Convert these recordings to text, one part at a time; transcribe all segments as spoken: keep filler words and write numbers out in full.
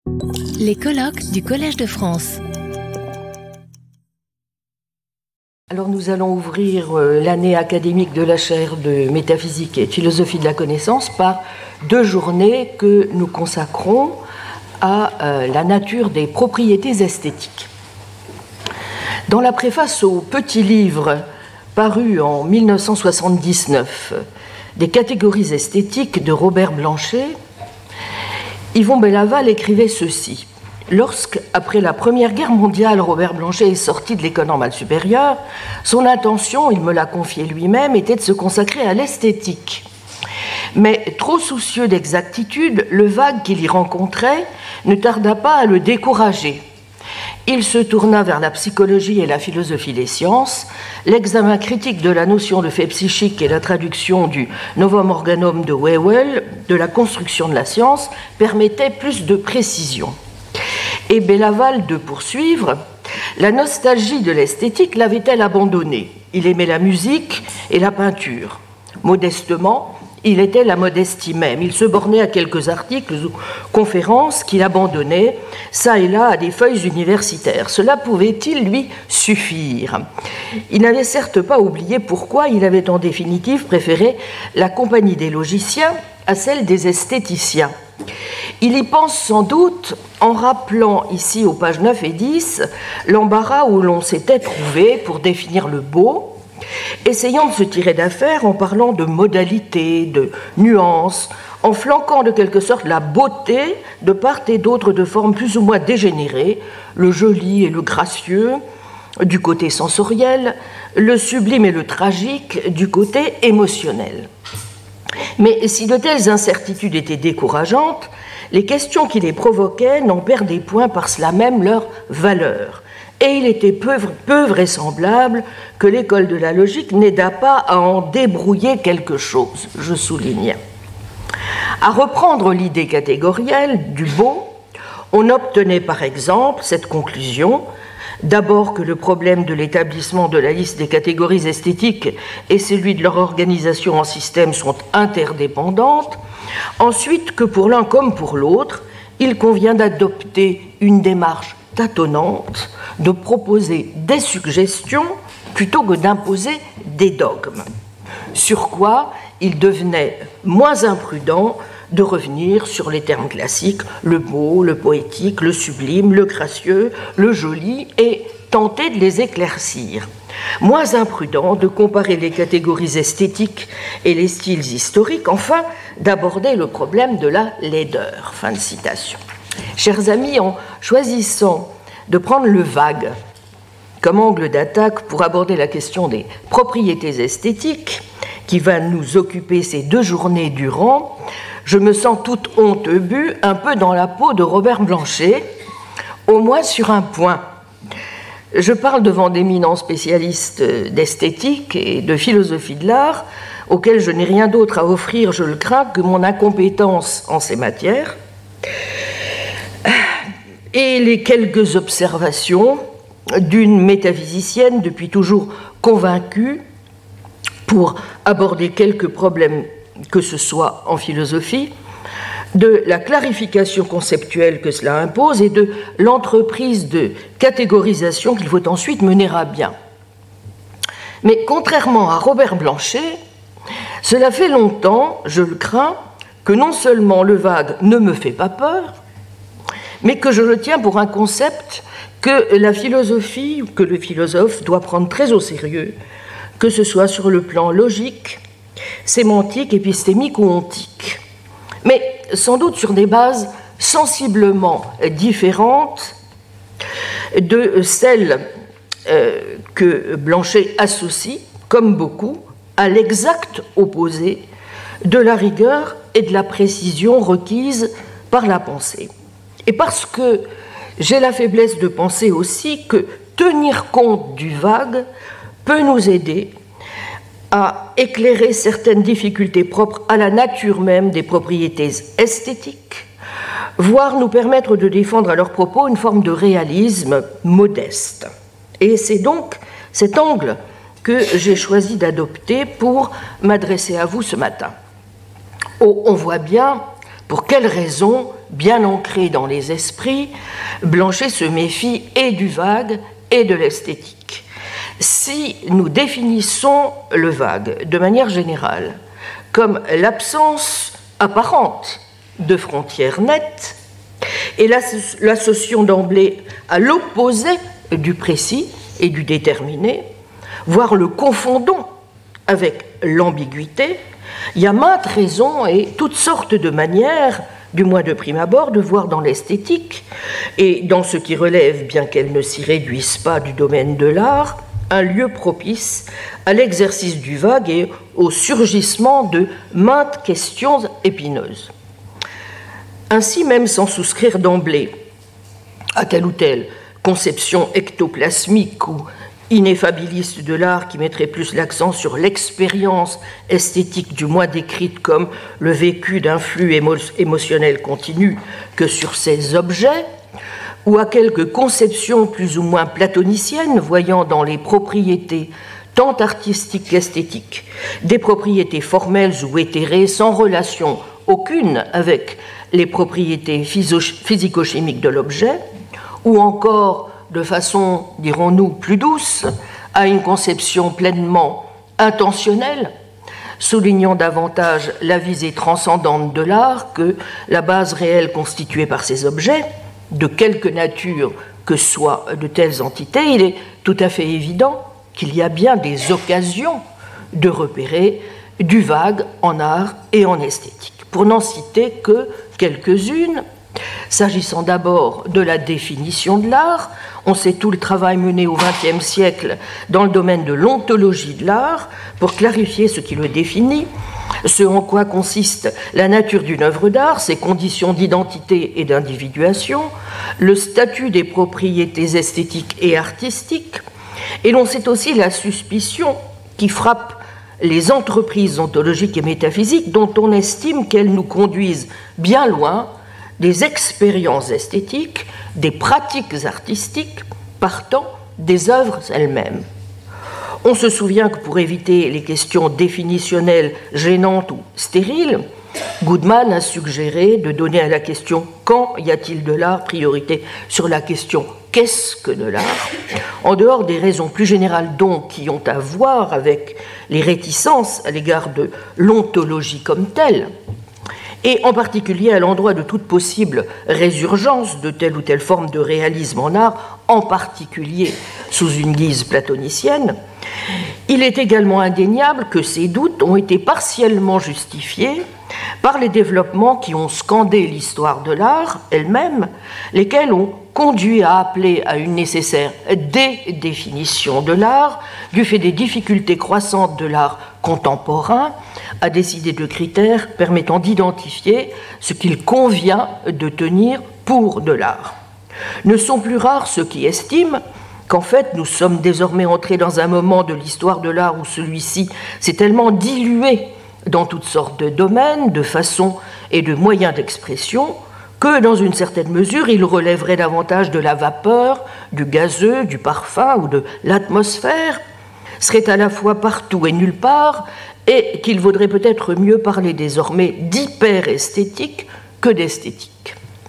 Les colloques du Collège de France. Alors nous allons ouvrir l'année académique de la chaire de métaphysique et de philosophie de la connaissance par deux journées que nous consacrons à euh, la nature des propriétés esthétiques. Dans la préface au petit livre paru en mille neuf cent soixante-dix-neuf des catégories esthétiques de Robert Blanchet, Yvon Bellaval écrivait ceci. Lorsque, après la Première Guerre mondiale, Robert Blanchet est sorti de l'école normale supérieure, son intention, il me l'a confié lui-même, était de se consacrer à l'esthétique. Mais trop soucieux d'exactitude, le vague qu'il y rencontrait ne tarda pas à le décourager. Il se tourna vers la psychologie et la philosophie des sciences. L'examen critique de la notion de fait psychique et la traduction du Novum Organum de Whewell, de la construction de la science, permettaient plus de précision. Et Bellaval de poursuivre, la nostalgie de l'esthétique l'avait-elle abandonné ? Il aimait la musique et la peinture. Modestement, il était la modestie même. Il se bornait à quelques articles ou conférences qu'il abandonnait, ça et là, à des feuilles universitaires. Cela pouvait-il lui suffire ? Il n'avait certes pas oublié pourquoi il avait en définitive préféré la compagnie des logiciens à celle des esthéticiens. Il y pense sans doute en rappelant ici aux pages neuf et dix l'embarras où l'on s'était trouvé pour définir le beau, essayant de se tirer d'affaire en parlant de modalités, de nuances, en flanquant de quelque sorte la beauté de part et d'autre de formes plus ou moins dégénérées, le joli et le gracieux du côté sensoriel, le sublime et le tragique du côté émotionnel. Mais si de telles incertitudes étaient décourageantes, les questions qui les provoquaient n'en perdaient point par cela même leur valeur. Et il était peu, peu vraisemblable que l'école de la logique n'aidât pas à en débrouiller quelque chose, je souligne. À reprendre l'idée catégorielle du beau, on obtenait par exemple cette conclusion, d'abord que le problème de l'établissement de la liste des catégories esthétiques et celui de leur organisation en système sont interdépendantes, ensuite que pour l'un comme pour l'autre, il convient d'adopter une démarche tâtonnante, de proposer des suggestions plutôt que d'imposer des dogmes. Sur quoi il devenait moins imprudent de revenir sur les termes classiques, le beau, le poétique, le sublime, le gracieux, le joli, et tenter de les éclaircir. Moins imprudent de comparer les catégories esthétiques et les styles historiques, enfin d'aborder le problème de la laideur. Fin de citation. Chers amis, en choisissant de prendre le vague comme angle d'attaque pour aborder la question des propriétés esthétiques qui va nous occuper ces deux journées durant, je me sens toute honte bue un peu dans la peau de Robert Blanchet, au moins sur un point. Je parle devant d'éminents spécialistes d'esthétique et de philosophie de l'art, auxquels je n'ai rien d'autre à offrir, je le crains, que mon incompétence en ces matières, et les quelques observations d'une métaphysicienne depuis toujours convaincue pour aborder quelques problèmes que ce soit en philosophie, de la clarification conceptuelle que cela impose et de l'entreprise de catégorisation qu'il faut ensuite mener à bien. Mais contrairement à Robert Blanchet, cela fait longtemps, je le crains, que non seulement le vague ne me fait pas peur, mais que je le tiens pour un concept que la philosophie, que le philosophe doit prendre très au sérieux, que ce soit sur le plan logique, sémantique, épistémique ou ontique. Mais sans doute sur des bases sensiblement différentes de celles euh, que Blanchet associe, comme beaucoup, à l'exact opposé de la rigueur et de la précision requises par la pensée. Et parce que j'ai la faiblesse de penser aussi que tenir compte du vague peut nous aider à éclairer certaines difficultés propres à la nature même des propriétés esthétiques, voire nous permettre de défendre à leur propos une forme de réalisme modeste. Et c'est donc cet angle que j'ai choisi d'adopter pour m'adresser à vous ce matin. Oh, on voit bien pour quelles raisons bien ancrée dans les esprits, Blanchet se méfie et du vague et de l'esthétique. Si nous définissons le vague de manière générale comme l'absence apparente de frontières nettes et l'associons d'emblée à l'opposé du précis et du déterminé, voire le confondons avec l'ambiguïté, il y a maintes raisons et toutes sortes de manières, du moins de prime abord, de voir dans l'esthétique et dans ce qui relève, bien qu'elle ne s'y réduise pas du domaine de l'art, un lieu propice à l'exercice du vague et au surgissement de maintes questions épineuses. Ainsi, même sans souscrire d'emblée à telle ou telle conception ectoplasmique ou ineffabiliste de l'art qui mettrait plus l'accent sur l'expérience esthétique, du moins décrite comme le vécu d'un flux émo émotionnel continu, que sur ces objets, ou à quelques conceptions plus ou moins platoniciennes voyant dans les propriétés tant artistiques qu'esthétiques des propriétés formelles ou éthérées sans relation aucune avec les propriétés physico-chimiques de l'objet, ou encore de façon, dirons-nous, plus douce, à une conception pleinement intentionnelle, soulignant davantage la visée transcendante de l'art que la base réelle constituée par ces objets, de quelque nature que soient de telles entités, il est tout à fait évident qu'il y a bien des occasions de repérer du vague en art et en esthétique. Pour n'en citer que quelques-unes, s'agissant d'abord de la définition de l'art, on sait tout le travail mené au vingtième siècle dans le domaine de l'ontologie de l'art pour clarifier ce qui le définit, ce en quoi consiste la nature d'une œuvre d'art, ses conditions d'identité et d'individuation, le statut des propriétés esthétiques et artistiques, et l'on sait aussi la suspicion qui frappe les entreprises ontologiques et métaphysiques dont on estime qu'elles nous conduisent bien loin des expériences esthétiques, des pratiques artistiques, partant des œuvres elles-mêmes. On se souvient que pour éviter les questions définitionnelles gênantes ou stériles, Goodman a suggéré de donner à la question « quand y a-t-il de l'art ?» priorité sur la question « qu'est-ce que de l'art ?» en dehors des raisons plus générales donc qui ont à voir avec les réticences à l'égard de l'ontologie comme telle, et en particulier à l'endroit de toute possible résurgence de telle ou telle forme de réalisme en art, en particulier sous une guise platonicienne, il est également indéniable que ces doutes ont été partiellement justifiés par les développements qui ont scandé l'histoire de l'art elle-même, lesquels ont conduit à appeler à une nécessaire dédéfinition de l'art, du fait des difficultés croissantes de l'art contemporain, à décider de critères permettant d'identifier ce qu'il convient de tenir pour de l'art. Ne sont plus rares ceux qui estiment qu'en fait nous sommes désormais entrés dans un moment de l'histoire de l'art où celui-ci s'est tellement dilué dans toutes sortes de domaines, de façons et de moyens d'expression, que dans une certaine mesure, il relèverait davantage de la vapeur, du gazeux, du parfum ou de l'atmosphère, serait à la fois partout et nulle part, et qu'il vaudrait peut-être mieux parler désormais d'hyper-esthétique que d'esthétique.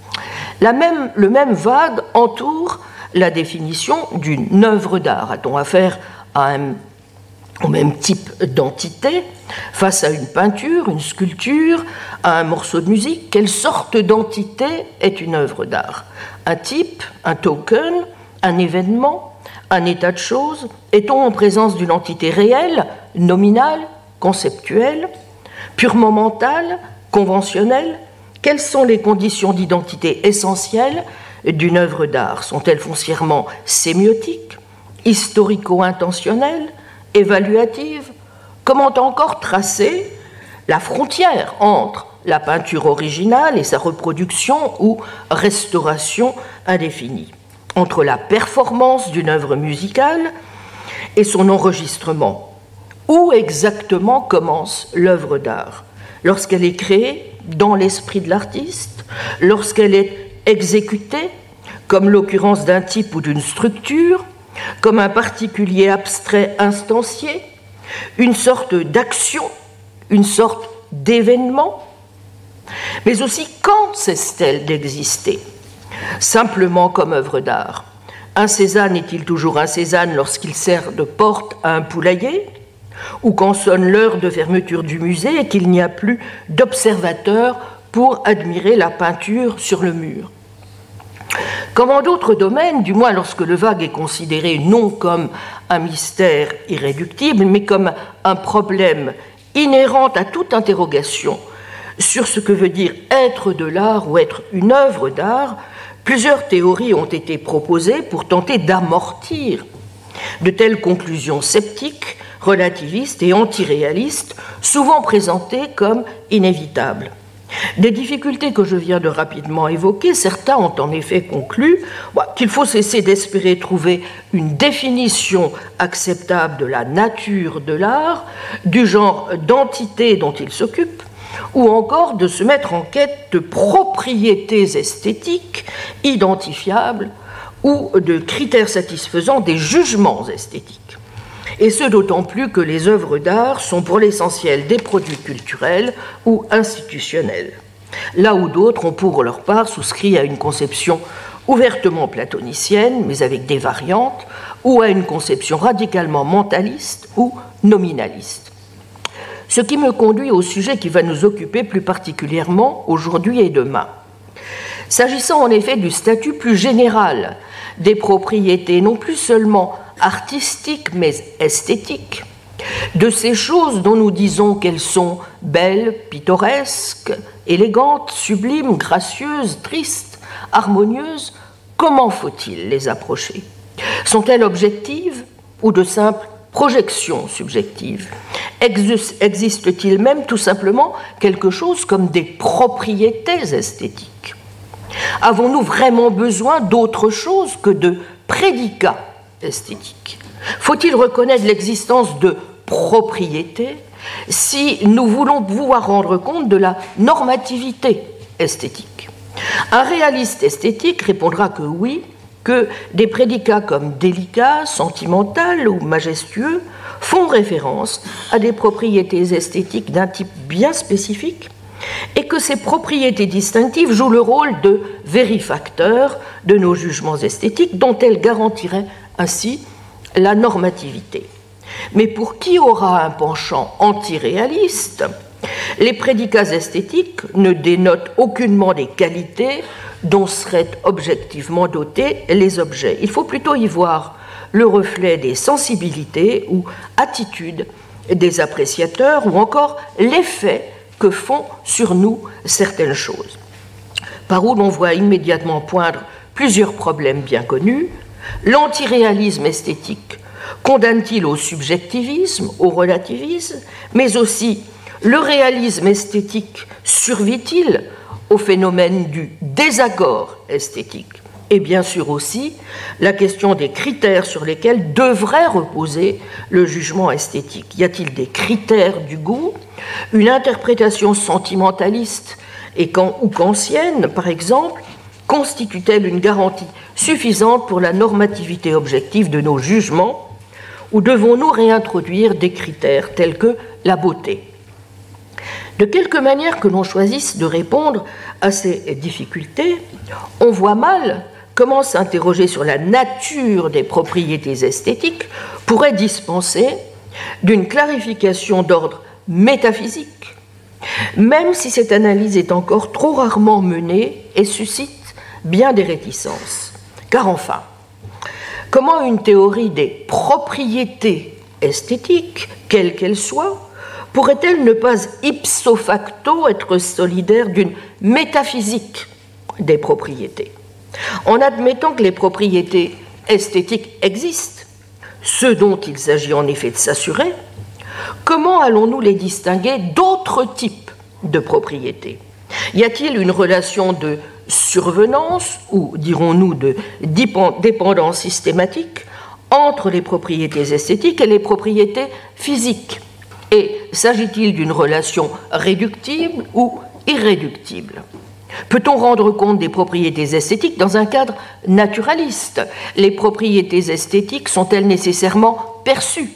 La même, le même vague entoure la définition d'une œuvre d'art. A-t-on affaire à un, au même type d'entité face à une peinture, une sculpture, à un morceau de musique? Quelle sorte d'entité est une œuvre d'art? Un type, un token, un événement, un état de choses? Est-on en présence d'une entité réelle, nominale, conceptuelle, purement mentale, conventionnelle? Quelles sont les conditions d'identité essentielles d'une œuvre d'art? Sont-elles foncièrement sémiotiques, historico-intentionnelles, évaluatives? Comment encore tracer la frontière entre la peinture originale et sa reproduction ou restauration indéfinie, entre la performance d'une œuvre musicale et son enregistrement? Où exactement commence l'œuvre d'art? Lorsqu'elle est créée dans l'esprit de l'artiste, lorsqu'elle est exécutée, comme l'occurrence d'un type ou d'une structure, comme un particulier abstrait instancié, une sorte d'action, une sorte d'événement? Mais aussi, quand cesse-t-elle d'exister? Simplement comme œuvre d'art. Un Cézanne est-il toujours un Cézanne lorsqu'il sert de porte à un poulailler? Ou quand sonne l'heure de fermeture du musée et qu'il n'y a plus d'observateurs pour admirer la peinture sur le mur? Comme en d'autres domaines, du moins lorsque le vague est considéré non comme un mystère irréductible, mais comme un problème inhérent à toute interrogation sur ce que veut dire être de l'art ou être une œuvre d'art, plusieurs théories ont été proposées pour tenter d'amortir de telles conclusions sceptiques, relativistes et antiréalistes, souvent présentées comme inévitables. Des difficultés que je viens de rapidement évoquer, certains ont en effet conclu qu'il faut cesser d'espérer trouver une définition acceptable de la nature de l'art, du genre d'entité dont il s'occupe, ou encore de se mettre en quête de propriétés esthétiques identifiables ou de critères satisfaisant des jugements esthétiques. Et ce d'autant plus que les œuvres d'art sont pour l'essentiel des produits culturels ou institutionnels, là où d'autres ont pour leur part souscrit à une conception ouvertement platonicienne, mais avec des variantes, ou à une conception radicalement mentaliste ou nominaliste. Ce qui me conduit au sujet qui va nous occuper plus particulièrement aujourd'hui et demain. S'agissant en effet du statut plus général des propriétés, non plus seulement artistiques mais esthétiques, de ces choses dont nous disons qu'elles sont belles, pittoresques, élégantes, sublimes, gracieuses, tristes, harmonieuses, comment faut-il les approcher? Sont-elles objectives ou de simples projections subjectives? Existe-t-il même tout simplement quelque chose comme des propriétés esthétiques? Avons-nous vraiment besoin d'autre chose que de prédicats esthétiques? Faut-il reconnaître l'existence de propriétés si nous voulons pouvoir rendre compte de la normativité esthétique? Un réaliste esthétique répondra que oui, que des prédicats comme délicat, sentimental ou majestueux font référence à des propriétés esthétiques d'un type bien spécifique et que ces propriétés distinctives jouent le rôle de vérifacteurs de nos jugements esthétiques dont elles garantiraient ainsi la normativité. Mais pour qui aura un penchant antiréaliste, les prédicats esthétiques ne dénotent aucunement des qualités dont seraient objectivement dotés les objets. Il faut plutôt y voir le reflet des sensibilités ou attitudes des appréciateurs ou encore l'effet que font sur nous certaines choses. Par où l'on voit immédiatement poindre plusieurs problèmes bien connus. L'antiréalisme esthétique condamne-t-il au subjectivisme, au relativisme, mais aussi le réalisme esthétique survit-il au phénomène du désaccord esthétique? Et bien sûr aussi la question des critères sur lesquels devrait reposer le jugement esthétique. Y a-t-il des critères du goût? Une interprétation sentimentaliste et quand, ou kantienne, par exemple, constitue-t-elle une garantie suffisante pour la normativité objective de nos jugements? Ou devons-nous réintroduire des critères tels que la beauté? De quelque manière que l'on choisisse de répondre à ces difficultés, on voit mal comment s'interroger sur la nature des propriétés esthétiques pourrait dispenser d'une clarification d'ordre métaphysique, même si cette analyse est encore trop rarement menée et suscite bien des réticences. Car enfin, comment une théorie des propriétés esthétiques, quelle qu'elle soit, pourrait-elle ne pas ipso facto être solidaire d'une métaphysique des propriétés? En admettant que les propriétés esthétiques existent, ce dont il s'agit en effet de s'assurer, comment allons-nous les distinguer d'autres types de propriétés? Y a-t-il une relation de survenance, ou dirons-nous de dépendance systématique, entre les propriétés esthétiques et les propriétés physiques? Et s'agit-il d'une relation réductible ou irréductible? Peut-on rendre compte des propriétés esthétiques dans un cadre naturaliste? Les propriétés esthétiques sont-elles nécessairement perçues?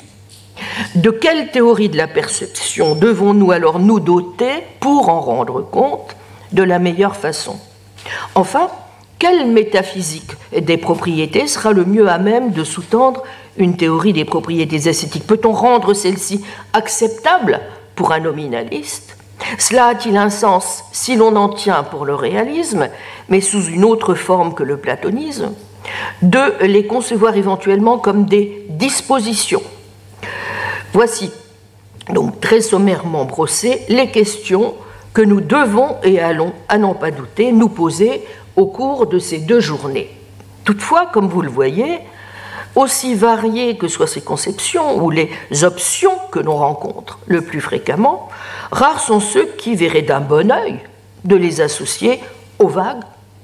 De quelle théorie de la perception devons-nous alors nous doter pour en rendre compte de la meilleure façon. Enfin, quelle métaphysique des propriétés sera le mieux à même de sous-tendre une théorie des propriétés esthétiques? Peut-on rendre celle-ci acceptable pour un nominaliste? Cela a-t-il un sens si l'on en tient pour le réalisme, mais sous une autre forme que le platonisme? De les concevoir éventuellement comme des dispositions. Voici, donc très sommairement brossées, les questions que nous devons et allons, à n'en pas douter, nous poser au cours de ces deux journées. Toutefois, comme vous le voyez, aussi variées que soient ces conceptions ou les options que l'on rencontre le plus fréquemment, rares sont ceux qui verraient d'un bon œil de les associer au vague,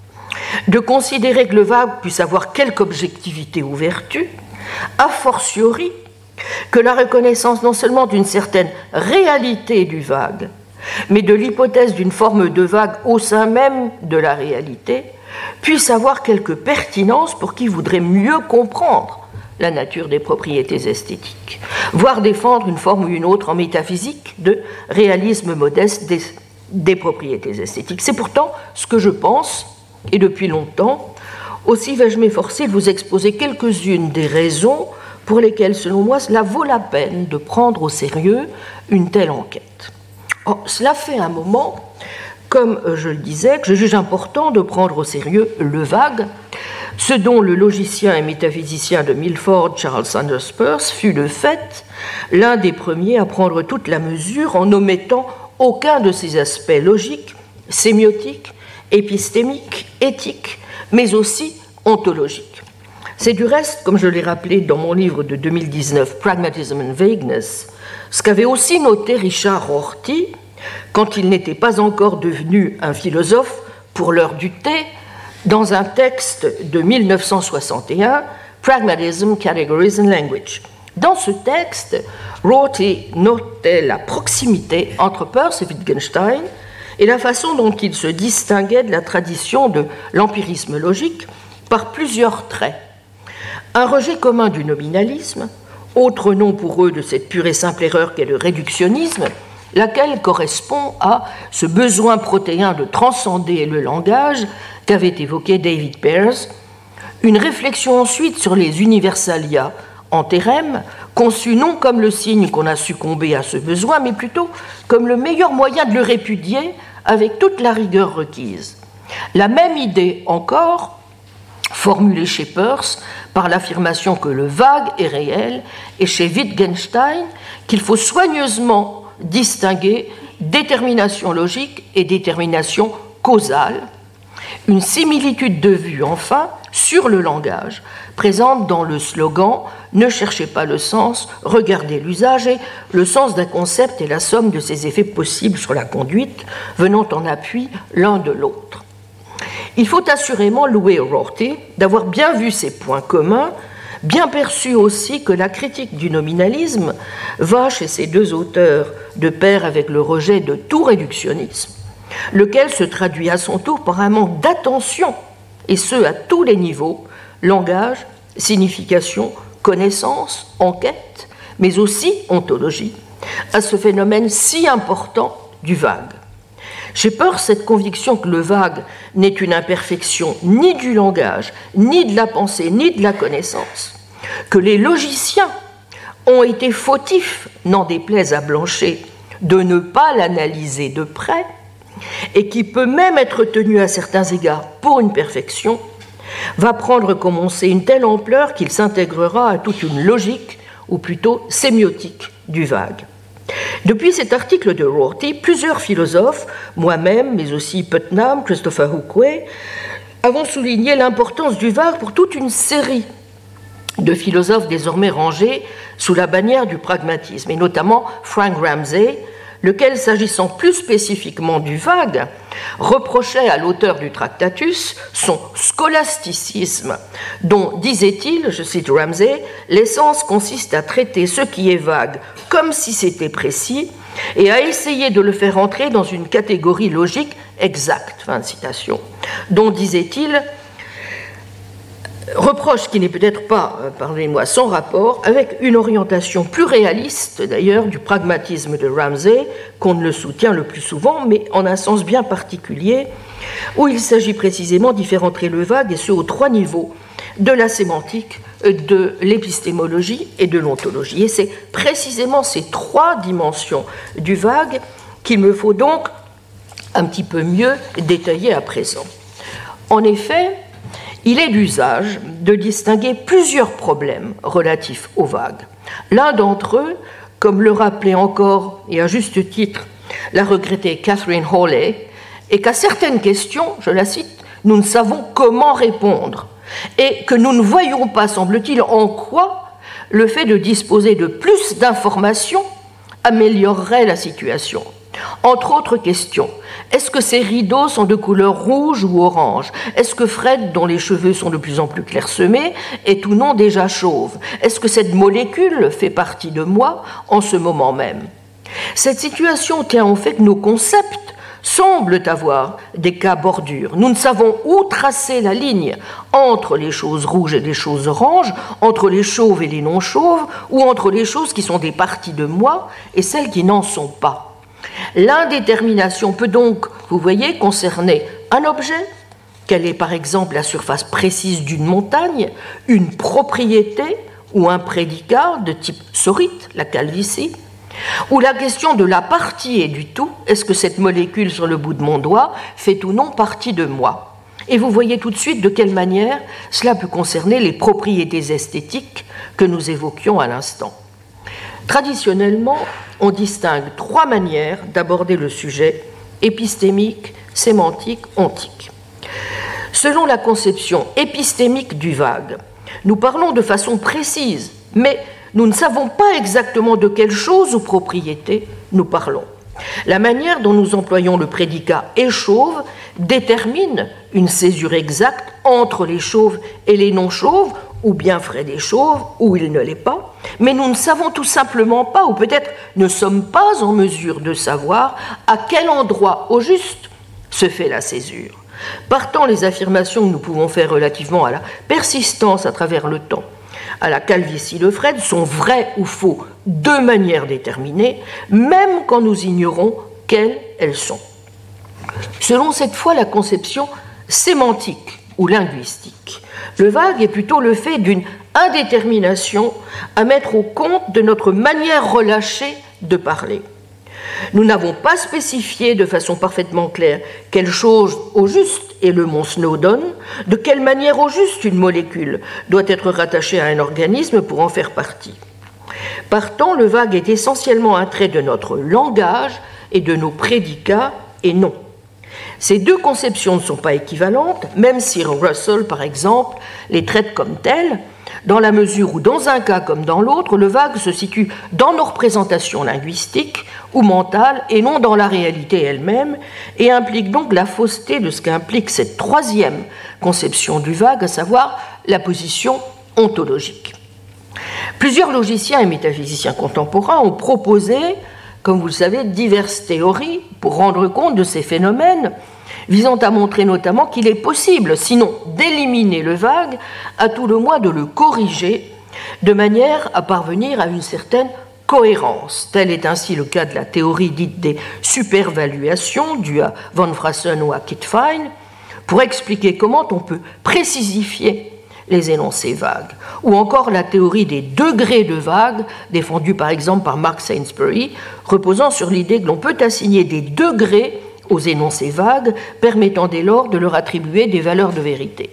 de considérer que le vague puisse avoir quelque objectivité ou vertu, a fortiori que la reconnaissance non seulement d'une certaine réalité du vague, mais de l'hypothèse d'une forme de vague au sein même de la réalité, puisse avoir quelque pertinence pour qui voudrait mieux comprendre la nature des propriétés esthétiques, voire défendre une forme ou une autre en métaphysique de réalisme modeste des, des propriétés esthétiques. C'est pourtant ce que je pense, et depuis longtemps. Aussi vais-je m'efforcer de vous exposer quelques-unes des raisons pour lesquelles, selon moi, cela vaut la peine de prendre au sérieux une telle enquête. Oh, cela fait un moment, comme je le disais, que je juge important de prendre au sérieux le vague, ce dont le logicien et métaphysicien de Milford, Charles Sanders Peirce, fut de fait l'un des premiers à prendre toute la mesure en n'omettant aucun de ses aspects logiques, sémiotiques, épistémiques, éthiques, mais aussi ontologiques. C'est du reste, comme je l'ai rappelé dans mon livre de deux mille dix-neuf, Pragmatism and Vagueness, ce qu'avait aussi noté Richard Rorty quand il n'était pas encore devenu un philosophe pour l'heure du thé, dans un texte de mille neuf cent soixante et un, Pragmatism, Categories and Language. Dans ce texte, Rorty notait la proximité entre Peirce et Wittgenstein et la façon dont il se distinguait de la tradition de l'empirisme logique par plusieurs traits. Un rejet commun du nominalisme, autre nom pour eux de cette pure et simple erreur qu'est le réductionnisme, laquelle correspond à ce besoin protéin de transcender le langage qu'avait évoqué David Peirce, une réflexion ensuite sur les universalia en thérème, conçus non comme le signe qu'on a succombé à ce besoin, mais plutôt comme le meilleur moyen de le répudier avec toute la rigueur requise. La même idée encore, formulée chez Peirce par l'affirmation que le vague est réel, et chez Wittgenstein qu'il faut soigneusement distinguer détermination logique et détermination causale, une similitude de vue, enfin, sur le langage, présente dans le slogan « Ne cherchez pas le sens, regardez l'usage » et le sens d'un concept est la somme de ses effets possibles sur la conduite, venant en appui l'un de l'autre. Il faut assurément louer Rorty d'avoir bien vu ces points communs, bien perçu aussi que la critique du nominalisme va chez ces deux auteurs de pair avec le rejet de tout réductionnisme, lequel se traduit à son tour par un manque d'attention, et ce à tous les niveaux, langage, signification, connaissance, enquête, mais aussi ontologie, à ce phénomène si important du vague. J'ai peur cette conviction que le vague n'est une imperfection ni du langage, ni de la pensée, ni de la connaissance, que les logiciens ont été fautifs, n'en déplaise à Blanchet, de ne pas l'analyser de près, et qui peut même être tenu à certains égards pour une perfection, va prendre, comme on sait, une telle ampleur qu'il s'intégrera à toute une logique, ou plutôt sémiotique, du vague. Depuis cet article de Rorty, plusieurs philosophes, moi-même, mais aussi Putnam, Christopher Hookway, avons souligné l'importance du vague pour toute une série de philosophes désormais rangés sous la bannière du pragmatisme, et notamment Frank Ramsey, lequel, s'agissant plus spécifiquement du vague, reprochait à l'auteur du Tractatus son scholasticisme, dont, disait-il, je cite Ramsey, « l'essence consiste à traiter ce qui est vague comme si c'était précis et à essayer de le faire entrer dans une catégorie logique exacte », fin de citation, dont, disait-il, Reproche qui n'est peut-être pas, euh, pardonnez-moi, sans rapport avec une orientation plus réaliste, d'ailleurs, du pragmatisme de Ramsay, qu'on ne le soutient le plus souvent, mais en un sens bien particulier, où il s'agit précisément d'y faire entrer le vague, et ce, aux trois niveaux de la sémantique, de l'épistémologie et de l'ontologie. Et c'est précisément ces trois dimensions du vague qu'il me faut donc un petit peu mieux détailler à présent. En effet, il est d'usage de distinguer plusieurs problèmes relatifs au vague. L'un d'entre eux, comme le rappelait encore, et à juste titre, la regrettée Catherine Hawley, est qu'à certaines questions, je la cite, nous ne savons comment répondre, et que nous ne voyons pas, semble-t-il, en quoi le fait de disposer de plus d'informations améliorerait la situation. Entre autres questions, est-ce que ces rideaux sont de couleur rouge ou orange? Est-ce que Fred, dont les cheveux sont de plus en plus clairsemés, est ou non déjà chauve? Est-ce que cette molécule fait partie de moi en ce moment même? Cette situation tient au fait que nos concepts semblent avoir des cas bordures. Nous ne savons où tracer la ligne entre les choses rouges et les choses oranges, entre les chauves et les non-chauves, ou entre les choses qui sont des parties de moi et celles qui n'en sont pas. L'indétermination peut donc, vous voyez, concerner un objet, quelle est par exemple la surface précise d'une montagne, une propriété ou un prédicat de type sorite, la calvitie, ou la question de la partie et du tout, est-ce que cette molécule sur le bout de mon doigt fait ou non partie de moi? Et vous voyez tout de suite de quelle manière cela peut concerner les propriétés esthétiques que nous évoquions à l'instant. Traditionnellement, on distingue trois manières d'aborder le sujet: épistémique, sémantique, ontique. Selon la conception épistémique du vague, nous parlons de façon précise, mais nous ne savons pas exactement de quelle chose ou propriété nous parlons. La manière dont nous employons le prédicat « est chauve » détermine une césure exacte entre les chauves et les non-chauves, ou bien Fred est chauve, ou il ne l'est pas, mais nous ne savons tout simplement pas, ou peut-être ne sommes pas en mesure de savoir à quel endroit au juste se fait la césure. Partant les affirmations que nous pouvons faire relativement à la persistance à travers le temps, à la calvitie de Fred, sont vraies ou faux de manière déterminée, même quand nous ignorons quelles elles sont. Selon cette fois la conception sémantique ou linguistique, le vague est plutôt le fait d'une indétermination à mettre au compte de notre manière relâchée de parler. Nous n'avons pas spécifié de façon parfaitement claire quelle chose au juste est le mont Snowdon, de quelle manière au juste une molécule doit être rattachée à un organisme pour en faire partie. Partant, le vague est essentiellement un trait de notre langage et de nos prédicats et non. Ces deux conceptions ne sont pas équivalentes, même si Russell, par exemple, les traite comme telles, dans la mesure où, dans un cas comme dans l'autre, le vague se situe dans nos représentations linguistiques ou mentales et non dans la réalité elle-même, et implique donc la fausseté de ce qu'implique cette troisième conception du vague, à savoir la position ontologique. Plusieurs logiciens et métaphysiciens contemporains ont proposé, comme vous le savez, diverses théories pour rendre compte de ces phénomènes, visant à montrer notamment qu'il est possible, sinon d'éliminer le vague, à tout le moins de le corriger, de manière à parvenir à une certaine cohérence. Tel est ainsi le cas de la théorie dite des supervaluations, due à von Frassen ou à Kittfein, pour expliquer comment on peut précisifier les énoncés vagues, ou encore la théorie des degrés de vague, défendue par exemple par Mark Sainsbury, reposant sur l'idée que l'on peut assigner des degrés aux énoncés vagues, permettant dès lors de leur attribuer des valeurs de vérité.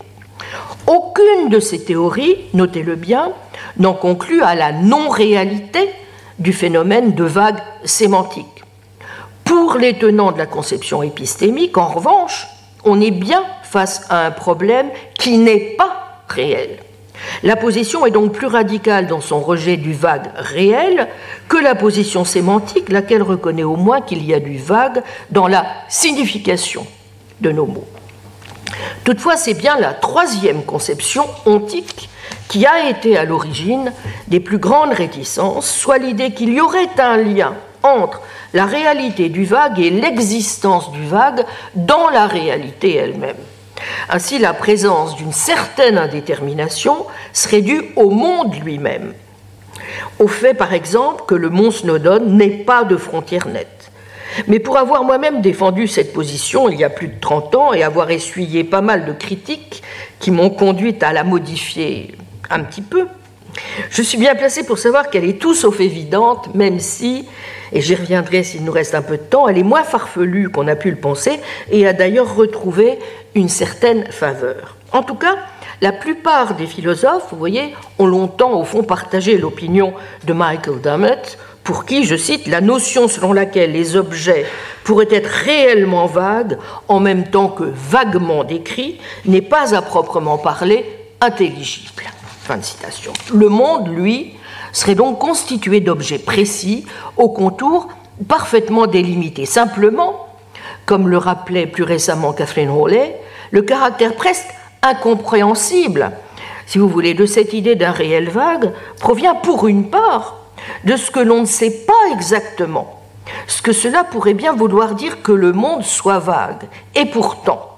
Aucune de ces théories, notez-le bien, n'en conclut à la non-réalité du phénomène de vague sémantique. Pour les tenants de la conception épistémique, en revanche, on est bien face à un problème qui n'est pas réel. La position est donc plus radicale dans son rejet du vague réel que la position sémantique, laquelle reconnaît au moins qu'il y a du vague dans la signification de nos mots. Toutefois, c'est bien la troisième conception ontique qui a été à l'origine des plus grandes réticences, soit l'idée qu'il y aurait un lien entre la réalité du vague et l'existence du vague dans la réalité elle-même. Ainsi, la présence d'une certaine indétermination serait due au monde lui-même, au fait, par exemple, que le mont Snowdon n'ait pas de frontières nettes. Mais pour avoir moi-même défendu cette position il y a plus de trente ans et avoir essuyé pas mal de critiques qui m'ont conduite à la modifier un petit peu, je suis bien placé pour savoir qu'elle est tout sauf évidente, même si, et j'y reviendrai s'il nous reste un peu de temps, elle est moins farfelue qu'on a pu le penser et a d'ailleurs retrouvé une certaine faveur. En tout cas, la plupart des philosophes, vous voyez, ont longtemps au fond partagé l'opinion de Michael Dummett, pour qui, je cite, la notion selon laquelle les objets pourraient être réellement vagues en même temps que vaguement décrits n'est pas à proprement parler intelligible. Fin de citation. Le monde, lui, serait donc constitué d'objets précis, aux contours parfaitement délimités. Simplement, comme le rappelait plus récemment Catherine Hawley, le caractère presque incompréhensible, si vous voulez, de cette idée d'un réel vague provient pour une part de ce que l'on ne sait pas exactement, ce que cela pourrait bien vouloir dire que le monde soit vague. Et pourtant,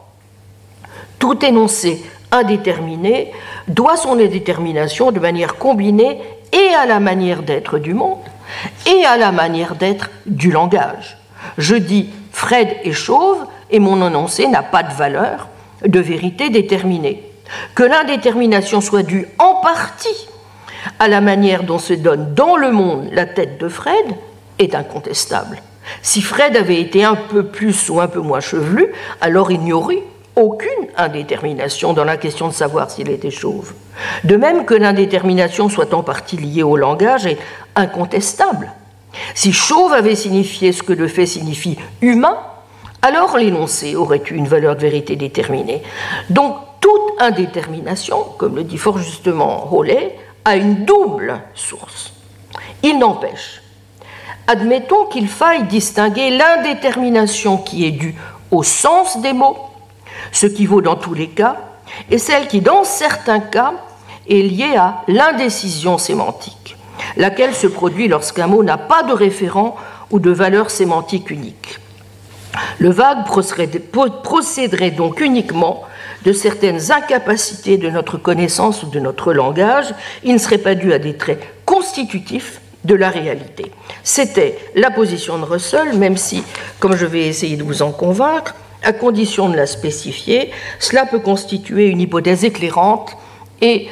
tout énoncé indéterminé doit son indétermination de manière combinée et à la manière d'être du monde et à la manière d'être du langage. Je dis Fred est chauve et mon énoncé n'a pas de valeur de vérité déterminée. Que l'indétermination soit due en partie à la manière dont se donne dans le monde la tête de Fred est incontestable. Si Fred avait été un peu plus ou un peu moins chevelu, alors il n'y aurait aucune indétermination dans la question de savoir s'il était chauve. De même que l'indétermination soit en partie liée au langage est incontestable. Si chauve avait signifié ce que le fait signifie humain, alors l'énoncé aurait eu une valeur de vérité déterminée. Donc toute indétermination, comme le dit fort justement Hawley, a une double source. Il n'empêche, admettons qu'il faille distinguer l'indétermination qui est due au sens des mots, ce qui vaut dans tous les cas, et celle qui, dans certains cas, est liée à l'indécision sémantique, laquelle se produit lorsqu'un mot n'a pas de référent ou de valeur sémantique unique. Le vague procéderait donc uniquement de certaines incapacités de notre connaissance ou de notre langage. Il ne serait pas dû à des traits constitutifs de la réalité. C'était la position de Russell, même si, comme je vais essayer de vous en convaincre, à condition de la spécifier, cela peut constituer une hypothèse éclairante et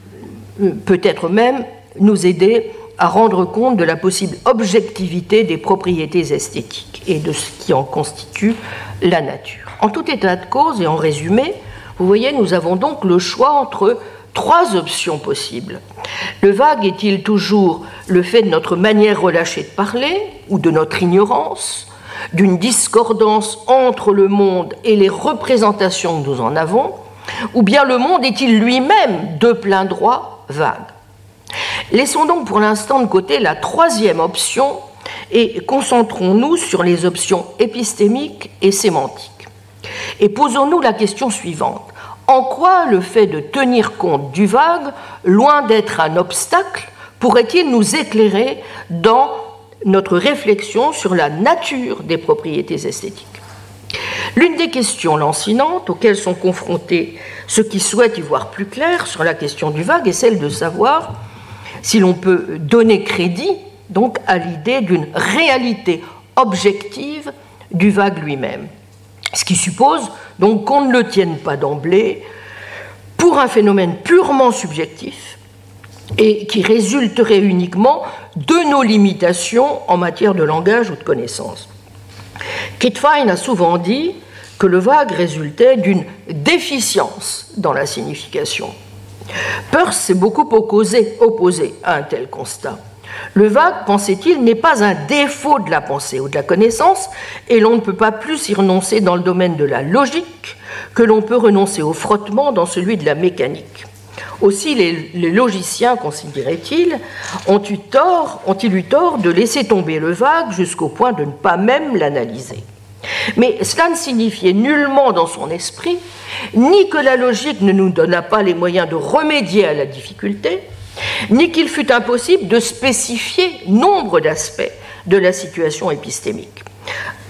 peut-être même nous aider à rendre compte de la possible objectivité des propriétés esthétiques et de ce qui en constitue la nature. En tout état de cause et en résumé, vous voyez, nous avons donc le choix entre trois options possibles. Le vague est-il toujours le fait de notre manière relâchée de parler ou de notre ignorance, d'une discordance entre le monde et les représentations que nous en avons, ou bien le monde est-il lui-même de plein droit vague? Laissons donc pour l'instant de côté la troisième option et concentrons-nous sur les options épistémiques et sémantiques. Et posons-nous la question suivante. En quoi le fait de tenir compte du vague, loin d'être un obstacle, pourrait-il nous éclairer dans notre réflexion sur la nature des propriétés esthétiques? L'une des questions lancinantes auxquelles sont confrontés ceux qui souhaitent y voir plus clair sur la question du vague est celle de savoir si l'on peut donner crédit donc à l'idée d'une réalité objective du vague lui-même, ce qui suppose donc qu'on ne le tienne pas d'emblée pour un phénomène purement subjectif et qui résulterait uniquement de nos limitations en matière de langage ou de connaissance. Kate Fine a souvent dit que le vague résultait d'une déficience dans la signification. Peirce s'est beaucoup opposé, opposé à un tel constat. Le vague, pensait-il, n'est pas un défaut de la pensée ou de la connaissance, et l'on ne peut pas plus y renoncer dans le domaine de la logique que l'on peut renoncer au frottement dans celui de la mécanique. Aussi, les, les logiciens, considérait-il, ont eu tort, ont-ils eu tort de laisser tomber le vague jusqu'au point de ne pas même l'analyser. Mais cela ne signifiait nullement dans son esprit ni que la logique ne nous donna pas les moyens de remédier à la difficulté, ni qu'il fût impossible de spécifier nombre d'aspects de la situation épistémique.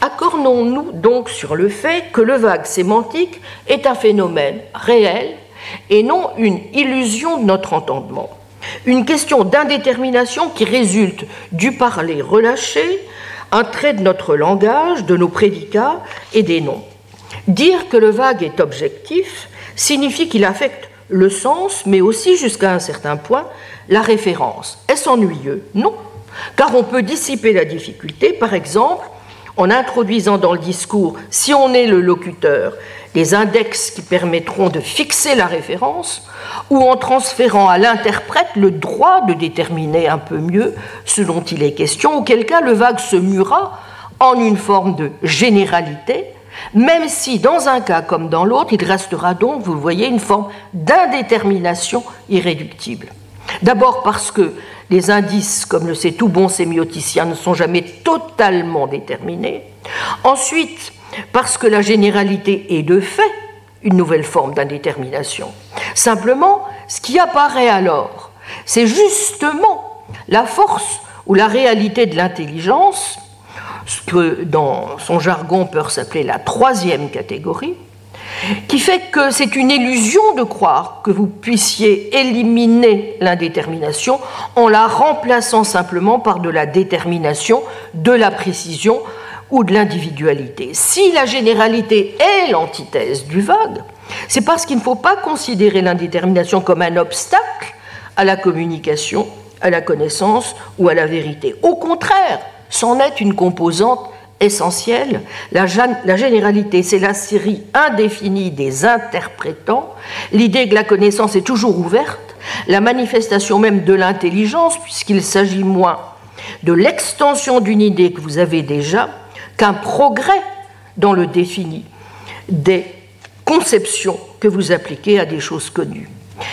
Accordons-nous donc sur le fait que le vague sémantique est un phénomène réel et non une illusion de notre entendement, une question d'indétermination qui résulte du parler relâché, un trait de notre langage, de nos prédicats et des noms. Dire que le vague est objectif signifie qu'il affecte le sens, mais aussi jusqu'à un certain point la référence. Est-ce ennuyeux? Non, car on peut dissiper la difficulté, par exemple, en introduisant dans le discours, si on est le locuteur, des index qui permettront de fixer la référence, ou en transférant à l'interprète le droit de déterminer un peu mieux ce dont il est question, auquel cas le vague se muera en une forme de généralité, même si dans un cas comme dans l'autre, il restera donc, vous le voyez, une forme d'indétermination irréductible. D'abord parce que les indices, comme le sait tout bon sémioticien, ne sont jamais totalement déterminés. Ensuite, parce que la généralité est de fait une nouvelle forme d'indétermination. Simplement, ce qui apparaît alors, c'est justement la force ou la réalité de l'intelligence, ce que dans son jargon peut s'appeler la troisième catégorie, qui fait que c'est une illusion de croire que vous puissiez éliminer l'indétermination en la remplaçant simplement par de la détermination, de la précision ou de l'individualité. Si la généralité est l'antithèse du vague, c'est parce qu'il ne faut pas considérer l'indétermination comme un obstacle à la communication, à la connaissance ou à la vérité. Au contraire, c'en est une composante essentielle. La, la généralité, c'est la série indéfinie des interprétants, l'idée que la connaissance est toujours ouverte, la manifestation même de l'intelligence, puisqu'il s'agit moins de l'extension d'une idée que vous avez déjà qu'un progrès dans le défini des conceptions que vous appliquez à des choses connues.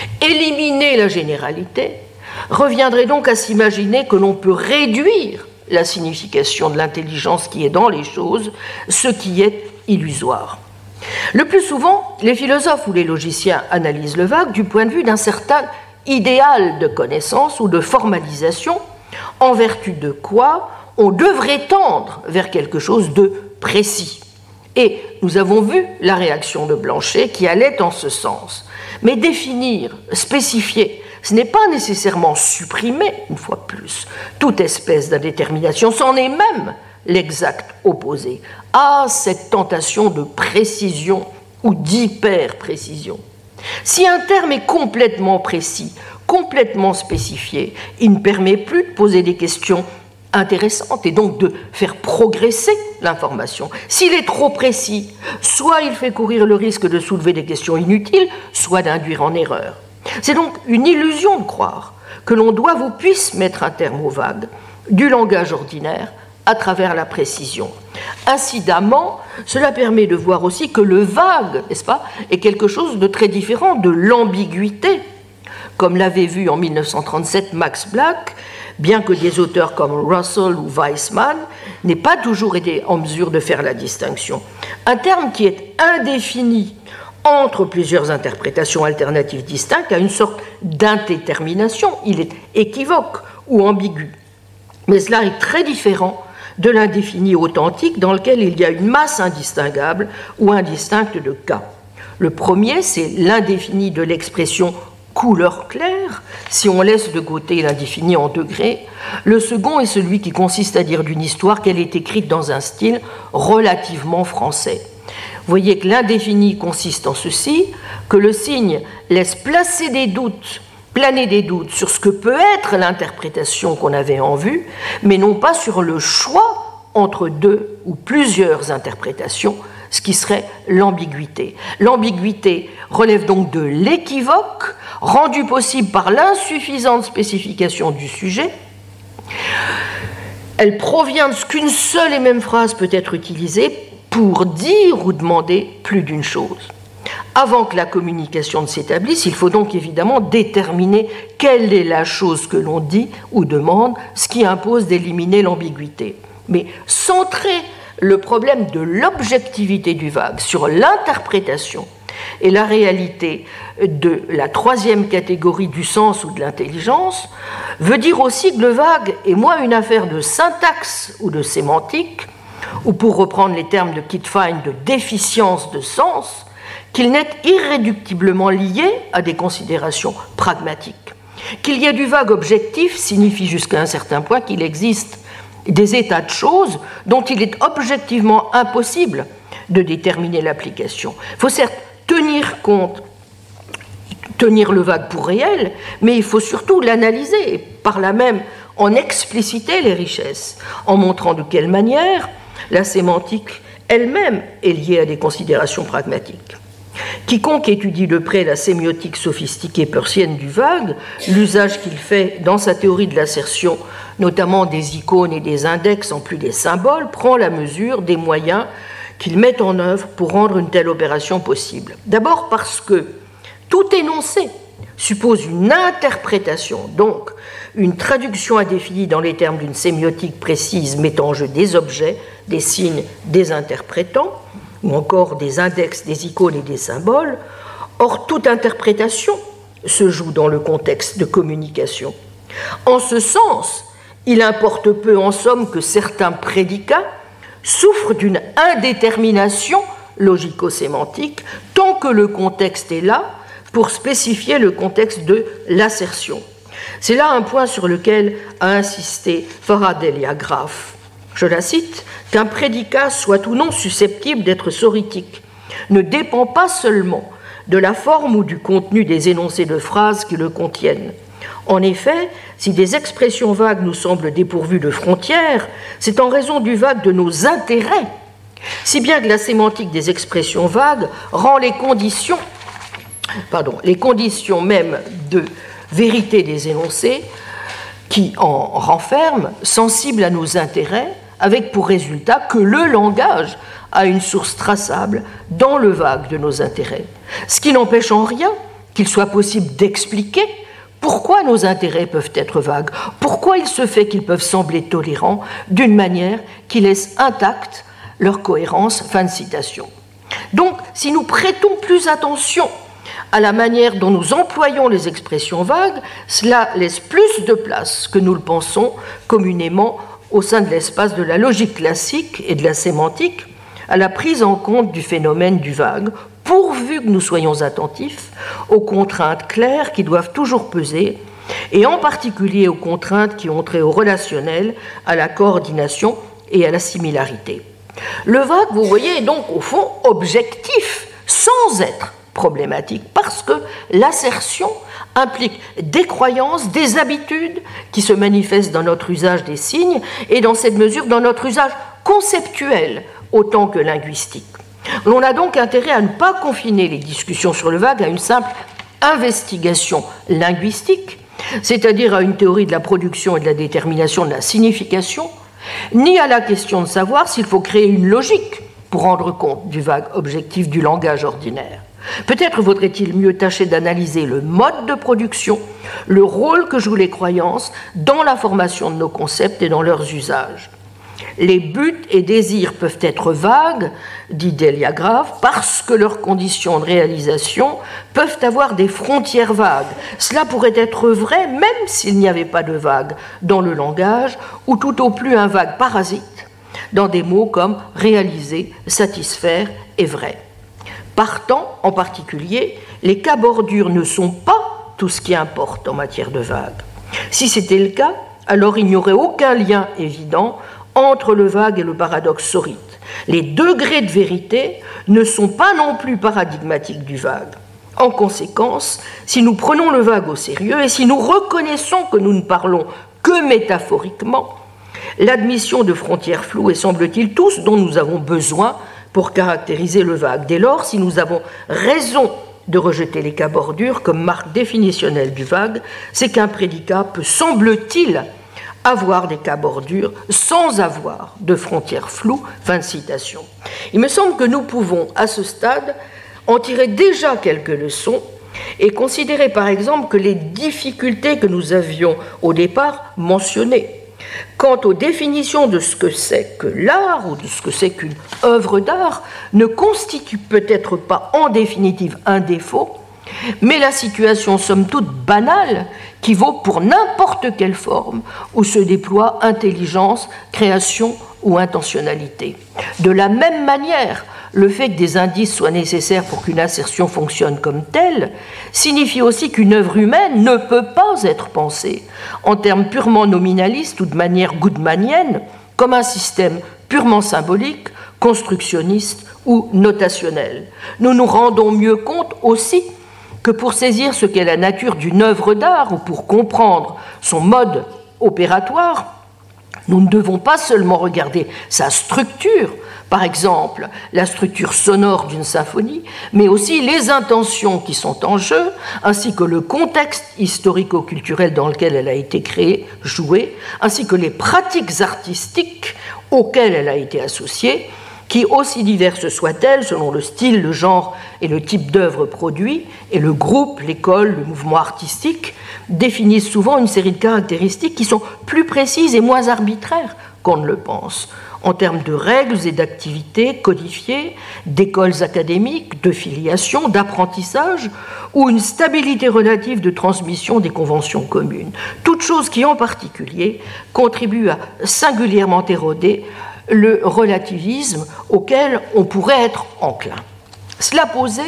Éliminer la généralité reviendrait donc à s'imaginer que l'on peut réduire la signification de l'intelligence qui est dans les choses, ce qui est illusoire. Le plus souvent, les philosophes ou les logiciens analysent le vague du point de vue d'un certain idéal de connaissance ou de formalisation, en vertu de quoi on devrait tendre vers quelque chose de précis. Et nous avons vu la réaction de Blanchet qui allait en ce sens. Mais définir, spécifier, ce n'est pas nécessairement supprimer, une fois de plus, toute espèce d'indétermination, c'en est même l'exact opposé à cette tentation de précision ou d'hyper-précision. Si un terme est complètement précis, complètement spécifié, il ne permet plus de poser des questions intéressantes et donc de faire progresser l'information. S'il est trop précis, soit il fait courir le risque de soulever des questions inutiles, soit d'induire en erreur. C'est donc une illusion de croire que l'on doit ou puisse mettre un terme au vague du langage ordinaire à travers la précision. Incidemment, cela permet de voir aussi que le vague, n'est-ce pas, est quelque chose de très différent de l'ambiguïté, comme l'avait vu en mille neuf cent trente-sept Max Black, bien que des auteurs comme Russell ou Weissman n'aient pas toujours été en mesure de faire la distinction. Un terme qui est indéfini entre plusieurs interprétations alternatives distinctes a une sorte d'indétermination, il est équivoque ou ambigu. Mais cela est très différent de l'indéfini authentique dans lequel il y a une masse indistinguable ou indistincte de cas. Le premier, c'est l'indéfini de l'expression couleur claire, si on laisse de côté l'indéfini en degrés. Le second est celui qui consiste à dire d'une histoire qu'elle est écrite dans un style relativement français. Vous voyez que l'indéfini consiste en ceci, que le signe laisse placer des doutes, planer des doutes sur ce que peut être l'interprétation qu'on avait en vue, mais non pas sur le choix entre deux ou plusieurs interprétations, ce qui serait l'ambiguïté. L'ambiguïté relève donc de l'équivoque, rendu possible par l'insuffisante spécification du sujet. Elle provient de ce qu'une seule et même phrase peut être utilisée pour dire ou demander plus d'une chose. Avant que la communication ne s'établisse, il faut donc évidemment déterminer quelle est la chose que l'on dit ou demande, ce qui impose d'éliminer l'ambiguïté. Mais centrer le problème de l'objectivité du vague sur l'interprétation et la réalité de la troisième catégorie du sens ou de l'intelligence veut dire aussi que le vague est moins une affaire de syntaxe ou de sémantique ou pour reprendre les termes de Kit Fine, de déficience de sens, qu'il n'est irréductiblement lié à des considérations pragmatiques. Qu'il y ait du vague objectif signifie jusqu'à un certain point qu'il existe des états de choses dont il est objectivement impossible de déterminer l'application. Il faut certes tenir compte, tenir le vague pour réel, mais il faut surtout l'analyser et par là même en expliciter les richesses, en montrant de quelle manière la sémantique elle-même est liée à des considérations pragmatiques. Quiconque étudie de près la sémiotique sophistiquée persienne du vague, l'usage qu'il fait dans sa théorie de l'assertion, notamment des icônes et des index en plus des symboles, prend la mesure des moyens qu'il met en œuvre pour rendre une telle opération possible. D'abord parce que tout énoncé suppose une interprétation, donc une traduction indéfinie dans les termes d'une sémiotique précise mettant en jeu des objets, des signes, des interprétants, ou encore des index, des icônes et des symboles. Or, toute interprétation se joue dans le contexte de communication. En ce sens, il importe peu en somme que certains prédicats souffrent d'une indétermination logico-sémantique tant que le contexte est là pour spécifier le contexte de l'assertion. C'est là un point sur lequel a insisté Farah Delia Graf. Je la cite, « Qu'un prédicat soit ou non susceptible d'être soritique ne dépend pas seulement de la forme ou du contenu des énoncés de phrases qui le contiennent. En effet, si des expressions vagues nous semblent dépourvues de frontières, c'est en raison du vague de nos intérêts, si bien que la sémantique des expressions vagues rend les conditions, pardon, les conditions même de vérité des énoncés qui en renferment, sensibles à nos intérêts, avec pour résultat que le langage a une source traçable dans le vague de nos intérêts, ce qui n'empêche en rien qu'il soit possible d'expliquer pourquoi nos intérêts peuvent être vagues, pourquoi il se fait qu'ils peuvent sembler tolérants d'une manière qui laisse intacte leur cohérence. Fin de citation. Donc, si nous prêtons plus attention à la manière dont nous employons les expressions vagues, cela laisse plus de place que nous le pensons communément au sein de l'espace de la logique classique et de la sémantique, à la prise en compte du phénomène du vague, pourvu que nous soyons attentifs aux contraintes claires qui doivent toujours peser, et en particulier aux contraintes qui ont trait au relationnel, à la coordination et à la similarité. Le vague, vous voyez, est donc au fond objectif, sans être problématique, parce que l'assertion implique des croyances, des habitudes qui se manifestent dans notre usage des signes et dans cette mesure dans notre usage conceptuel autant que linguistique. On a donc intérêt à ne pas confiner les discussions sur le vague à une simple investigation linguistique, c'est-à-dire à une théorie de la production et de la détermination de la signification, ni à la question de savoir s'il faut créer une logique pour rendre compte du vague objectif du langage ordinaire. Peut-être vaudrait-il mieux tâcher d'analyser le mode de production, le rôle que jouent les croyances dans la formation de nos concepts et dans leurs usages. Les buts et désirs peuvent être vagues, dit Delia Graf, parce que leurs conditions de réalisation peuvent avoir des frontières vagues. Cela pourrait être vrai même s'il n'y avait pas de vague dans le langage, ou tout au plus un vague parasite dans des mots comme réaliser, satisfaire et vrai. Partant, en particulier, les cas bordures ne sont pas tout ce qui importe en matière de vague. Si c'était le cas, alors il n'y aurait aucun lien évident entre le vague et le paradoxe sorite. Les degrés de vérité ne sont pas non plus paradigmatiques du vague. En conséquence, si nous prenons le vague au sérieux et si nous reconnaissons que nous ne parlons que métaphoriquement, l'admission de frontières floues est, semble-t-il, tout ce dont nous avons besoin pour caractériser le vague. Dès lors, si nous avons raison de rejeter les cas bordures comme marque définitionnelle du vague, c'est qu'un prédicat peut, semble-t-il, avoir des cas bordures sans avoir de frontières floues. Fin de citation. Il me semble que nous pouvons, à ce stade, en tirer déjà quelques leçons et considérer par exemple que les difficultés que nous avions au départ mentionnées quant aux définitions de ce que c'est que l'art ou de ce que c'est qu'une œuvre d'art ne constituent peut-être pas en définitive un défaut, mais la situation somme toute banale qui vaut pour n'importe quelle forme où se déploie intelligence, création, ou intentionnalité. De la même manière, le fait que des indices soient nécessaires pour qu'une assertion fonctionne comme telle signifie aussi qu'une œuvre humaine ne peut pas être pensée, en termes purement nominalistes ou de manière goodmanienne, comme un système purement symbolique, constructionniste ou notationnel. Nous nous rendons mieux compte aussi que pour saisir ce qu'est la nature d'une œuvre d'art ou pour comprendre son mode opératoire, nous ne devons pas seulement regarder sa structure, par exemple la structure sonore d'une symphonie, mais aussi les intentions qui sont en jeu, ainsi que le contexte historico-culturel dans lequel elle a été créée, jouée, ainsi que les pratiques artistiques auxquelles elle a été associée, qui, aussi diverses soient-elles, selon le style, le genre et le type d'œuvre produit, et le groupe, l'école, le mouvement artistique, définissent souvent une série de caractéristiques qui sont plus précises et moins arbitraires qu'on ne le pense, en termes de règles et d'activités codifiées, d'écoles académiques, de filiation, d'apprentissage, ou une stabilité relative de transmission des conventions communes. Toutes choses qui, en particulier, contribuent à singulièrement éroder le relativisme auquel on pourrait être enclin. Cela posé,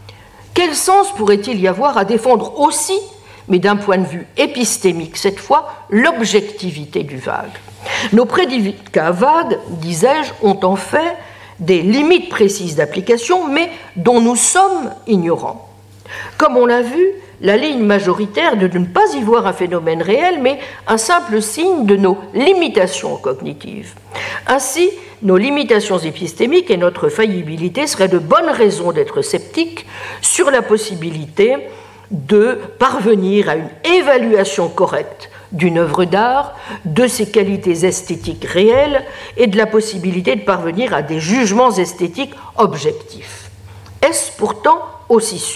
quel sens pourrait-il y avoir à défendre aussi, mais d'un point de vue épistémique cette fois, l'objectivité du vague? Nos prédicats vagues, disais-je, ont en fait des limites précises d'application, mais dont nous sommes ignorants. Comme on l'a vu, la ligne majoritaire de ne pas y voir un phénomène réel, mais un simple signe de nos limitations cognitives. Ainsi, nos limitations épistémiques et notre faillibilité seraient de bonnes raisons d'être sceptiques sur la possibilité de parvenir à une évaluation correcte d'une œuvre d'art, de ses qualités esthétiques réelles et de la possibilité de parvenir à des jugements esthétiques objectifs. Est-ce pourtant aussi sûr ?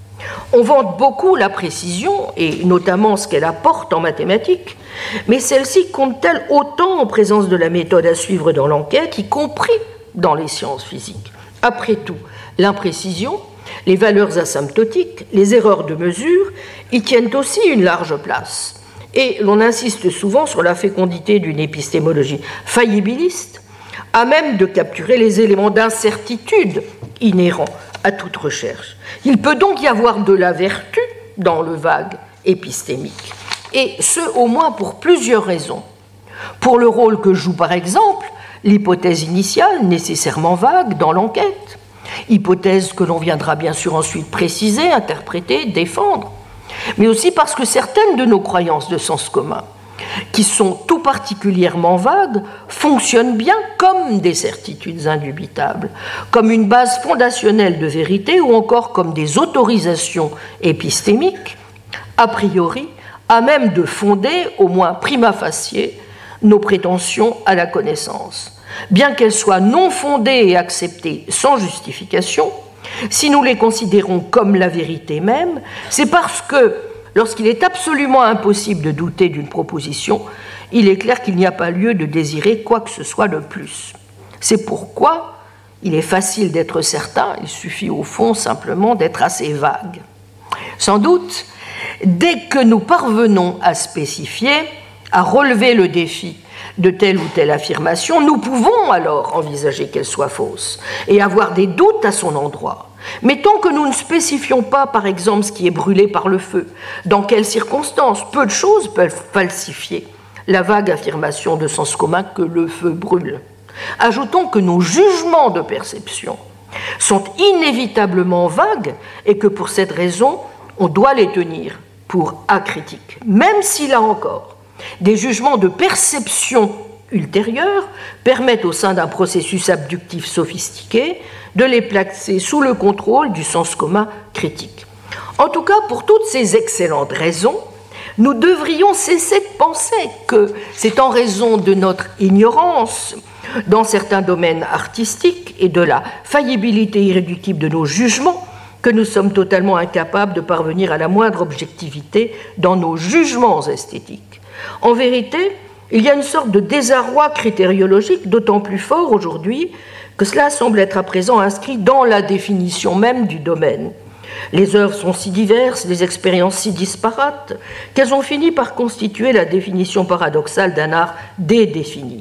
On vante beaucoup la précision, et notamment ce qu'elle apporte en mathématiques, mais celle-ci compte-t-elle autant en présence de la méthode à suivre dans l'enquête, y compris dans les sciences physiques? Après tout, l'imprécision, les valeurs asymptotiques, les erreurs de mesure y tiennent aussi une large place. Et l'on insiste souvent sur la fécondité d'une épistémologie faillibiliste, à même de capturer les éléments d'incertitude inhérents à toute recherche. Il peut donc y avoir de la vertu dans le vague épistémique, et ce au moins pour plusieurs raisons. Pour le rôle que joue par exemple l'hypothèse initiale, nécessairement vague, dans l'enquête, hypothèse que l'on viendra bien sûr ensuite préciser, interpréter, défendre, mais aussi parce que certaines de nos croyances de sens commun, qui sont tout particulièrement vagues, fonctionnent bien comme des certitudes indubitables, comme une base fondationnelle de vérité ou encore comme des autorisations épistémiques, a priori, à même de fonder, au moins prima facie, nos prétentions à la connaissance. Bien qu'elles soient non fondées et acceptées sans justification, si nous les considérons comme la vérité même, c'est parce que, lorsqu'il est absolument impossible de douter d'une proposition, il est clair qu'il n'y a pas lieu de désirer quoi que ce soit de plus. C'est pourquoi il est facile d'être certain, il suffit au fond simplement d'être assez vague. Sans doute, dès que nous parvenons à spécifier, à relever le défi de telle ou telle affirmation, nous pouvons alors envisager qu'elle soit fausse et avoir des doutes à son endroit. Mais tant que nous ne spécifions pas, par exemple, ce qui est brûlé par le feu, dans quelles circonstances, peu de choses peuvent falsifier la vague affirmation de sens commun que le feu brûle. Ajoutons que nos jugements de perception sont inévitablement vagues et que pour cette raison, on doit les tenir pour acritiques, même si, là encore, des jugements de perception ultérieurs permettent au sein d'un processus abductif sophistiqué de les placer sous le contrôle du sens commun critique. En tout cas, pour toutes ces excellentes raisons, nous devrions cesser de penser que c'est en raison de notre ignorance dans certains domaines artistiques et de la faillibilité irréductible de nos jugements que nous sommes totalement incapables de parvenir à la moindre objectivité dans nos jugements esthétiques. En vérité, il y a une sorte de désarroi critériologique d'autant plus fort aujourd'hui que cela semble être à présent inscrit dans la définition même du domaine. Les œuvres sont si diverses, les expériences si disparates, qu'elles ont fini par constituer la définition paradoxale d'un art dédéfini.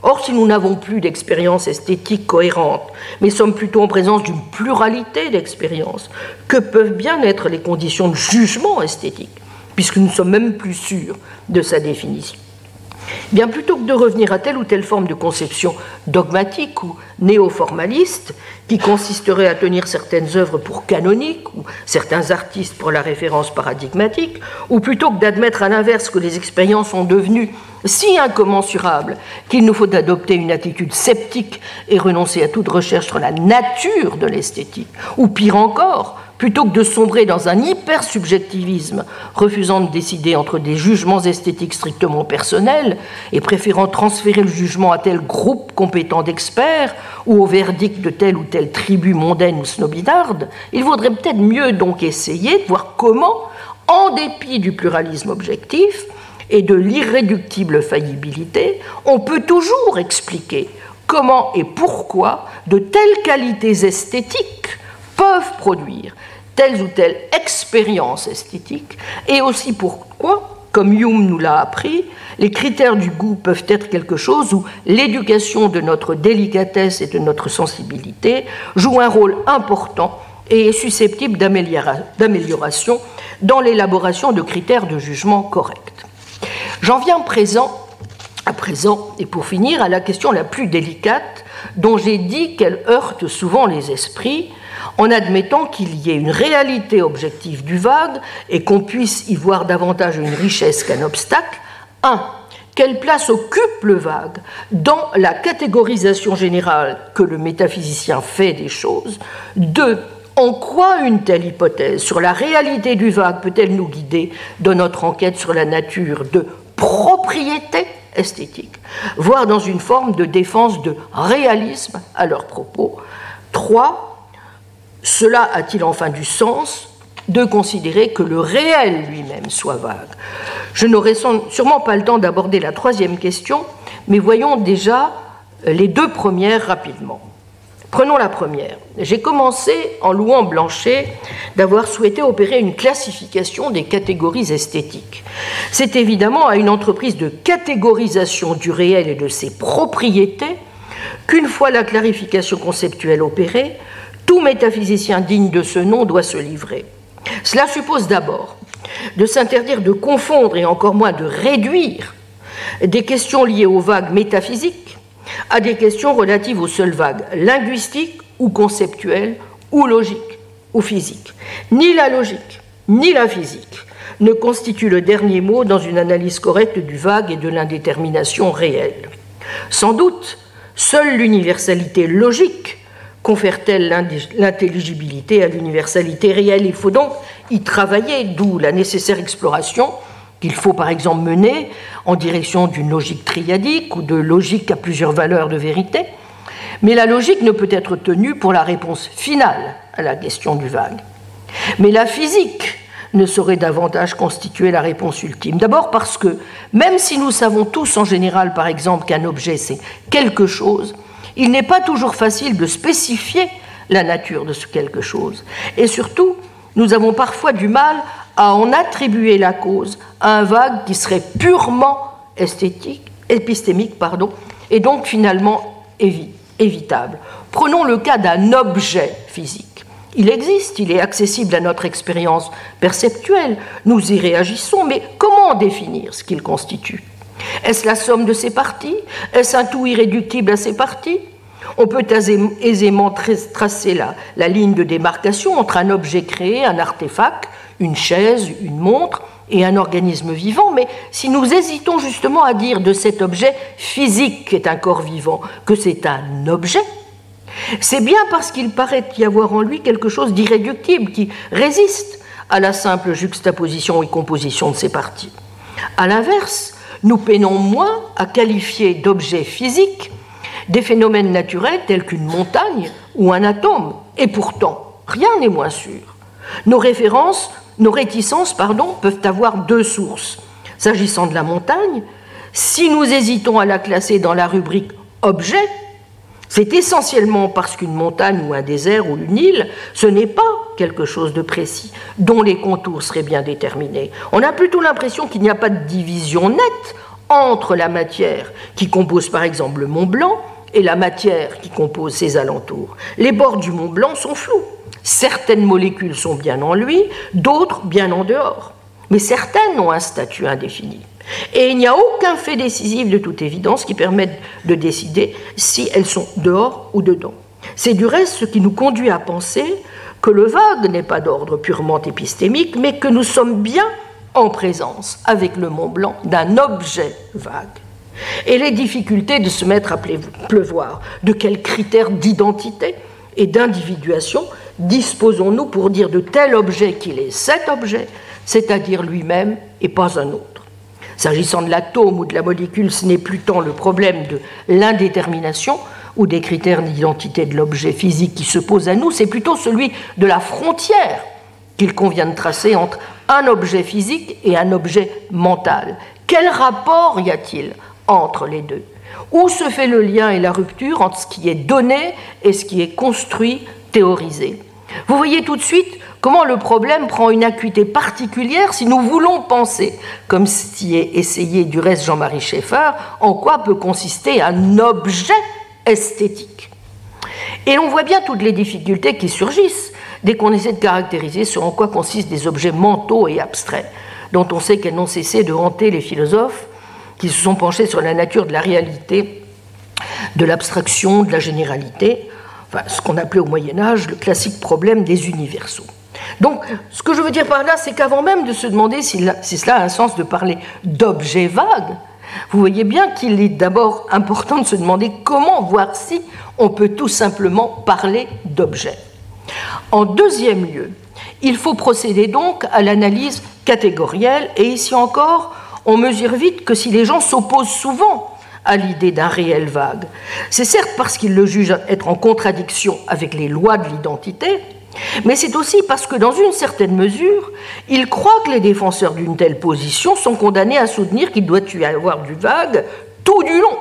Or, si nous n'avons plus d'expérience esthétique cohérente, mais sommes plutôt en présence d'une pluralité d'expériences, que peuvent bien être les conditions de jugement esthétique, puisque nous ne sommes même plus sûrs de sa définition? Bien, plutôt que de revenir à telle ou telle forme de conception dogmatique ou néo-formaliste, qui consisterait à tenir certaines œuvres pour canoniques ou certains artistes pour la référence paradigmatique, ou plutôt que d'admettre à l'inverse que les expériences sont devenues si incommensurables qu'il nous faut adopter une attitude sceptique et renoncer à toute recherche sur la nature de l'esthétique, ou pire encore, plutôt que de sombrer dans un hypersubjectivisme, refusant de décider entre des jugements esthétiques strictement personnels et préférant transférer le jugement à tel groupe compétent d'experts ou au verdict de telle ou telle tribu mondaine ou snobinarde, il vaudrait peut-être mieux donc essayer de voir comment, en dépit du pluralisme objectif et de l'irréductible faillibilité, on peut toujours expliquer comment et pourquoi de telles qualités esthétiques peuvent produire telles ou telles expériences esthétiques, et aussi pourquoi, comme Hume nous l'a appris, les critères du goût peuvent être quelque chose où l'éducation de notre délicatesse et de notre sensibilité joue un rôle important et est susceptible d'amélioration dans l'élaboration de critères de jugement corrects. J'en viens présent, à présent, et pour finir, à la question la plus délicate, dont j'ai dit qu'elle heurte souvent les esprits, en admettant qu'il y ait une réalité objective du vague et qu'on puisse y voir davantage une richesse qu'un obstacle. un. Quelle place occupe le vague dans la catégorisation générale que le métaphysicien fait des choses? deux. En quoi une telle hypothèse sur la réalité du vague peut-elle nous guider dans notre enquête sur la nature de propriété esthétique, voire dans une forme de défense de réalisme à leur propos? trois. Cela a-t-il enfin du sens de considérer que le réel lui-même soit vague? Je n'aurai sûrement pas le temps d'aborder la troisième question, mais voyons déjà les deux premières rapidement. Prenons la première. J'ai commencé en louant Blanchet d'avoir souhaité opérer une classification des catégories esthétiques. C'est évidemment à une entreprise de catégorisation du réel et de ses propriétés qu'une fois la clarification conceptuelle opérée, tout métaphysicien digne de ce nom doit se livrer. Cela suppose d'abord de s'interdire de confondre et encore moins de réduire des questions liées aux vagues métaphysiques à des questions relatives aux seules vagues linguistiques ou conceptuelles ou logiques ou physiques. Ni la logique, ni la physique ne constituent le dernier mot dans une analyse correcte du vague et de l'indétermination réelle. Sans doute, seule l'universalité logique confère-t-elle l'intelligibilité à l'universalité réelle? Il faut donc y travailler, d'où la nécessaire exploration qu'il faut par exemple mener en direction d'une logique triadique ou de logique à plusieurs valeurs de vérité. Mais la logique ne peut être tenue pour la réponse finale à la question du vague. Mais la physique ne saurait davantage constituer la réponse ultime. D'abord parce que, même si nous savons tous en général par exemple qu'un objet c'est quelque chose, il n'est pas toujours facile de spécifier la nature de ce quelque chose. Et surtout, nous avons parfois du mal à en attribuer la cause à un vague qui serait purement esthétique, épistémique, pardon, et donc finalement évi- évitable. Prenons le cas d'un objet physique. Il existe, il est accessible à notre expérience perceptuelle, nous y réagissons, mais comment définir ce qu'il constitue ? Est-ce la somme de ses parties? Est-ce un tout irréductible à ses parties? On peut aisément tracer la, la ligne de démarcation entre un objet créé, un artefact, une chaise, une montre et un organisme vivant, mais si nous hésitons justement à dire de cet objet physique qui est un corps vivant que c'est un objet, c'est bien parce qu'il paraît y avoir en lui quelque chose d'irréductible qui résiste à la simple juxtaposition et composition de ses parties. À l'inverse, nous peinons moins à qualifier d'objets physiques des phénomènes naturels tels qu'une montagne ou un atome, et pourtant, rien n'est moins sûr. Nos références, nos réticences, pardon, peuvent avoir deux sources. S'agissant de la montagne, si nous hésitons à la classer dans la rubrique objet, c'est essentiellement parce qu'une montagne ou un désert ou une île, ce n'est pas quelque chose de précis, dont les contours seraient bien déterminés. On a plutôt l'impression qu'il n'y a pas de division nette entre la matière qui compose par exemple le Mont Blanc et la matière qui compose ses alentours. Les bords du Mont Blanc sont flous. Certaines molécules sont bien en lui, d'autres bien en dehors. Mais certaines ont un statut indéfini. Et il n'y a aucun fait décisif de toute évidence qui permette de décider si elles sont dehors ou dedans. C'est du reste ce qui nous conduit à penser que le vague n'est pas d'ordre purement épistémique, mais que nous sommes bien en présence, avec le Mont Blanc, d'un objet vague. Et les difficultés de se mettre à pleuvoir, de quels critères d'identité et d'individuation disposons-nous pour dire de tel objet qu'il est cet objet, c'est-à-dire lui-même et pas un autre. S'agissant de l'atome ou de la molécule, ce n'est plus tant le problème de l'indétermination ou des critères d'identité de l'objet physique qui se pose à nous, c'est plutôt celui de la frontière qu'il convient de tracer entre un objet physique et un objet mental. Quel rapport y a-t-il entre les deux? Où se fait le lien et la rupture entre ce qui est donné et ce qui est construit, théorisé? Vous voyez tout de suite comment le problème prend une acuité particulière si nous voulons penser, comme s'y est essayé du reste Jean-Marie Schaeffer, en quoi peut consister un objet esthétique. Et l'on voit bien toutes les difficultés qui surgissent dès qu'on essaie de caractériser ce en quoi consistent des objets mentaux et abstraits, dont on sait qu'elles n'ont cessé de hanter les philosophes qui se sont penchés sur la nature de la réalité, de l'abstraction, de la généralité, enfin, ce qu'on appelait au Moyen-Âge le classique problème des universaux. Donc, ce que je veux dire par là, c'est qu'avant même de se demander si, la, si cela a un sens de parler d'objets vagues, vous voyez bien qu'il est d'abord important de se demander comment, voire si, on peut tout simplement parler d'objets. En deuxième lieu, il faut procéder donc à l'analyse catégorielle, et ici encore, on mesure vite que si les gens s'opposent souvent à l'idée d'un réel vague, c'est certes parce qu'ils le jugent être en contradiction avec les lois de l'identité, mais c'est aussi parce que, dans une certaine mesure, ils croient que les défenseurs d'une telle position sont condamnés à soutenir qu'il doit y avoir du vague tout du long,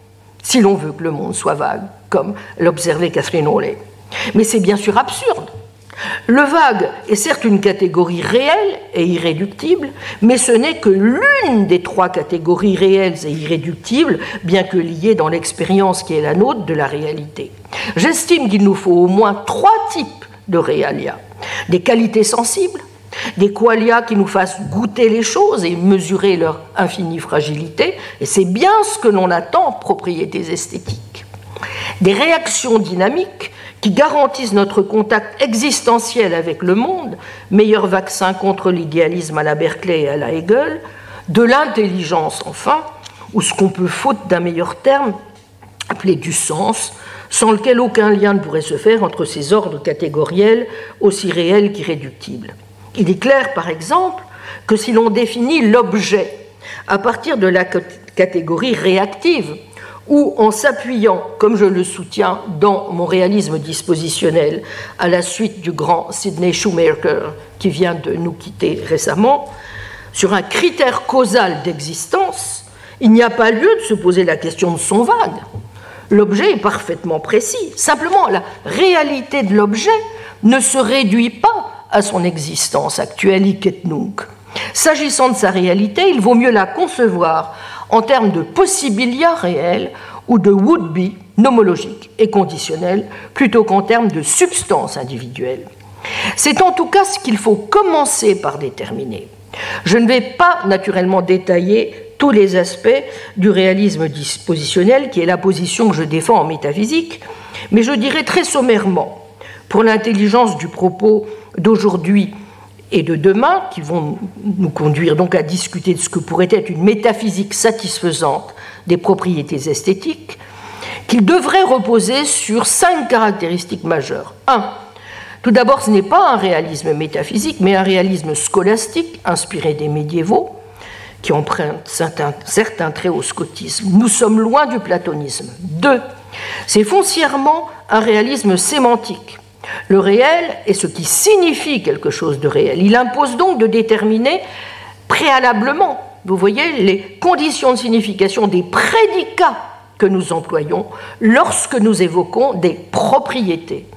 si l'on veut que le monde soit vague, comme l'observait Catherine Hawley. Mais c'est bien sûr absurde. Le vague est certes une catégorie réelle et irréductible, mais ce n'est que l'une des trois catégories réelles et irréductibles, bien que liées dans l'expérience qui est la nôtre de la réalité. J'estime qu'il nous faut au moins trois types de réalia, des qualités sensibles, des qualia qui nous fassent goûter les choses et mesurer leur infinie fragilité, et c'est bien ce que l'on attend, propriétés esthétiques, des réactions dynamiques qui garantissent notre contact existentiel avec le monde, meilleur vaccin contre l'idéalisme à la Berkeley et à la Hegel, de l'intelligence enfin, ou ce qu'on peut, faute d'un meilleur terme, appeler du sens, sans lequel aucun lien ne pourrait se faire entre ces ordres catégoriels aussi réels qu'irréductibles. Il est clair, par exemple, que si l'on définit l'objet à partir de la catégorie réactive, ou en s'appuyant, comme je le soutiens dans mon réalisme dispositionnel, à la suite du grand Sidney Shoemaker qui vient de nous quitter récemment, sur un critère causal d'existence, il n'y a pas lieu de se poser la question de son vague. L'objet est parfaitement précis. Simplement, la réalité de l'objet ne se réduit pas à son existence actuelle, hic et nunc. S'agissant de sa réalité, il vaut mieux la concevoir en termes de possibilia réel ou de would-be nomologique et conditionnel, plutôt qu'en termes de substance individuelle. C'est en tout cas ce qu'il faut commencer par déterminer. Je ne vais pas naturellement détailler tous les aspects du réalisme dispositionnel, qui est la position que je défends en métaphysique, mais je dirais très sommairement, pour l'intelligence du propos d'aujourd'hui et de demain, qui vont nous conduire donc à discuter de ce que pourrait être une métaphysique satisfaisante des propriétés esthétiques, qu'il devrait reposer sur cinq caractéristiques majeures. Un, tout d'abord, ce n'est pas un réalisme métaphysique, mais un réalisme scolastique, inspiré des médiévaux, qui empruntent certains, certains traits au scotisme. Nous sommes loin du platonisme. Deux, c'est foncièrement un réalisme sémantique. Le réel est ce qui signifie quelque chose de réel. Il impose donc de déterminer préalablement, vous voyez, les conditions de signification des prédicats que nous employons lorsque nous évoquons des propriétés.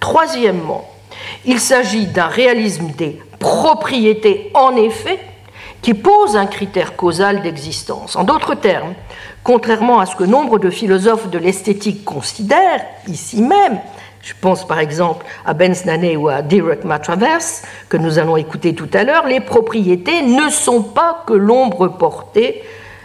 Troisièmement, il s'agit d'un réalisme des propriétés en effet qui pose un critère causal d'existence. En d'autres termes, contrairement à ce que nombre de philosophes de l'esthétique considèrent, ici même, je pense par exemple à Ben Snaney ou à Derek Matravers, que nous allons écouter tout à l'heure, les propriétés ne sont pas que l'ombre portée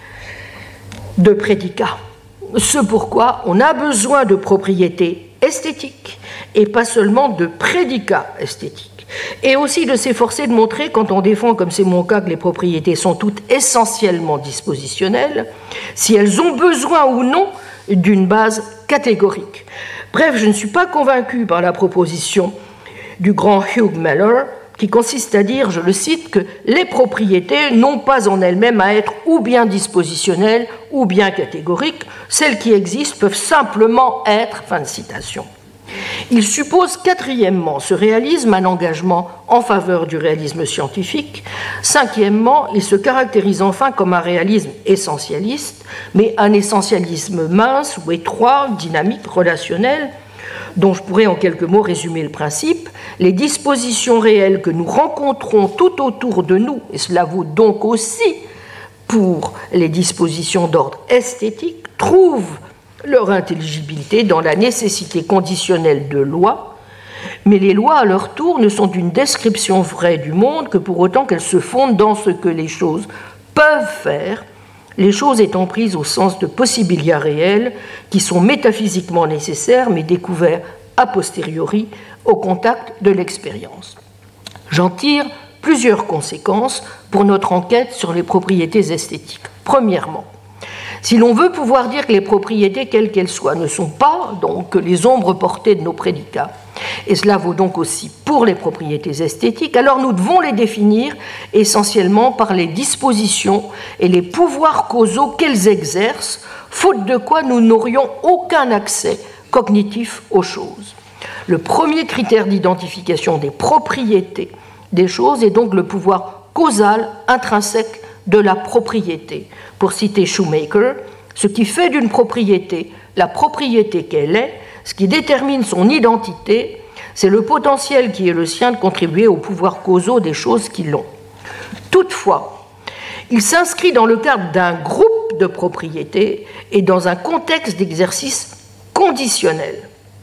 de prédicats. Ce pourquoi on a besoin de propriétés esthétiques et pas seulement de prédicats esthétiques. Et aussi de s'efforcer de montrer, quand on défend, comme c'est mon cas, que les propriétés sont toutes essentiellement dispositionnelles, si elles ont besoin ou non d'une base catégorique. Bref, je ne suis pas convaincu par la proposition du grand Hugh Miller, qui consiste à dire, je le cite, que les propriétés n'ont pas en elles-mêmes à être ou bien dispositionnelles ou bien catégoriques, celles qui existent peuvent simplement être, fin de citation. Il suppose quatrièmement ce réalisme un engagement en faveur du réalisme scientifique. Cinquièmement, il se caractérise enfin comme un réalisme essentialiste, mais un essentialisme mince ou étroit, dynamique, relationnel, dont je pourrais en quelques mots résumer le principe. Les dispositions réelles que nous rencontrons tout autour de nous, et cela vaut donc aussi pour les dispositions d'ordre esthétique, trouvent leur intelligibilité dans la nécessité conditionnelle de lois, mais les lois, à leur tour, ne sont d'une description vraie du monde que pour autant qu'elles se fondent dans ce que les choses peuvent faire, les choses étant prises au sens de possibilia réels qui sont métaphysiquement nécessaires mais découverts a posteriori au contact de l'expérience. J'en tire plusieurs conséquences pour notre enquête sur les propriétés esthétiques. Premièrement, si l'on veut pouvoir dire que les propriétés, quelles qu'elles soient, ne sont pas donc les ombres portées de nos prédicats, et cela vaut donc aussi pour les propriétés esthétiques, alors nous devons les définir essentiellement par les dispositions et les pouvoirs causaux qu'elles exercent, faute de quoi nous n'aurions aucun accès cognitif aux choses. Le premier critère d'identification des propriétés des choses est donc le pouvoir causal intrinsèque de la propriété. Pour citer Shoemaker, ce qui fait d'une propriété la propriété qu'elle est, ce qui détermine son identité, c'est le potentiel qui est le sien de contribuer aux pouvoirs causaux des choses qui l'ont. Toutefois, il s'inscrit dans le cadre d'un groupe de propriétés et dans un contexte d'exercice conditionnel.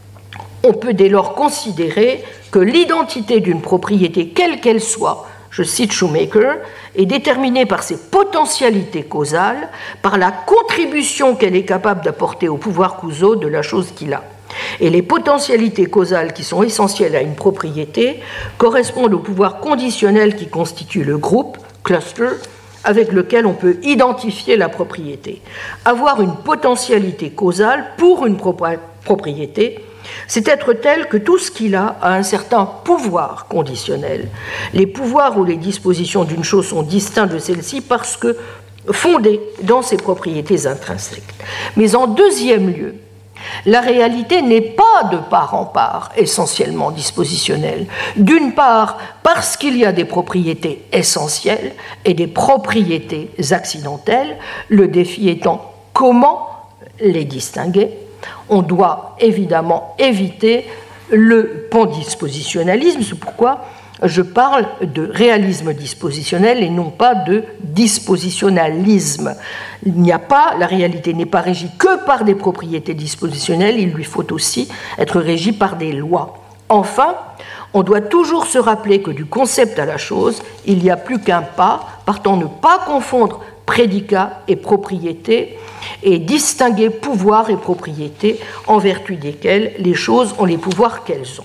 On peut dès lors considérer que l'identité d'une propriété, quelle qu'elle soit, je cite Shoemaker, est déterminée par ses potentialités causales, par la contribution qu'elle est capable d'apporter aux pouvoirs causaux de la chose qu'il a. Et les potentialités causales qui sont essentielles à une propriété correspondent aux pouvoirs conditionnels qui constituent le groupe, cluster, avec lequel on peut identifier la propriété. Avoir une potentialité causale pour une propriété, c'est être tel que tout ce qu'il a a un certain pouvoir conditionnel. Les pouvoirs ou les dispositions d'une chose sont distincts de celle-ci parce que fondés dans ses propriétés intrinsèques. Mais en deuxième lieu, la réalité n'est pas de part en part essentiellement dispositionnelle. D'une part, parce qu'il y a des propriétés essentielles et des propriétés accidentelles, le défi étant comment les distinguer. On doit évidemment éviter le pandispositionnalisme, c'est pourquoi je parle de réalisme dispositionnel et non pas de dispositionnalisme. Il n'y a pas, la réalité n'est pas régie que par des propriétés dispositionnelles, il lui faut aussi être régie par des lois. Enfin, on doit toujours se rappeler que du concept à la chose, il n'y a plus qu'un pas, partant ne pas confondre prédicat et propriété, et distinguer pouvoir et propriété en vertu desquels les choses ont les pouvoirs qu'elles ont.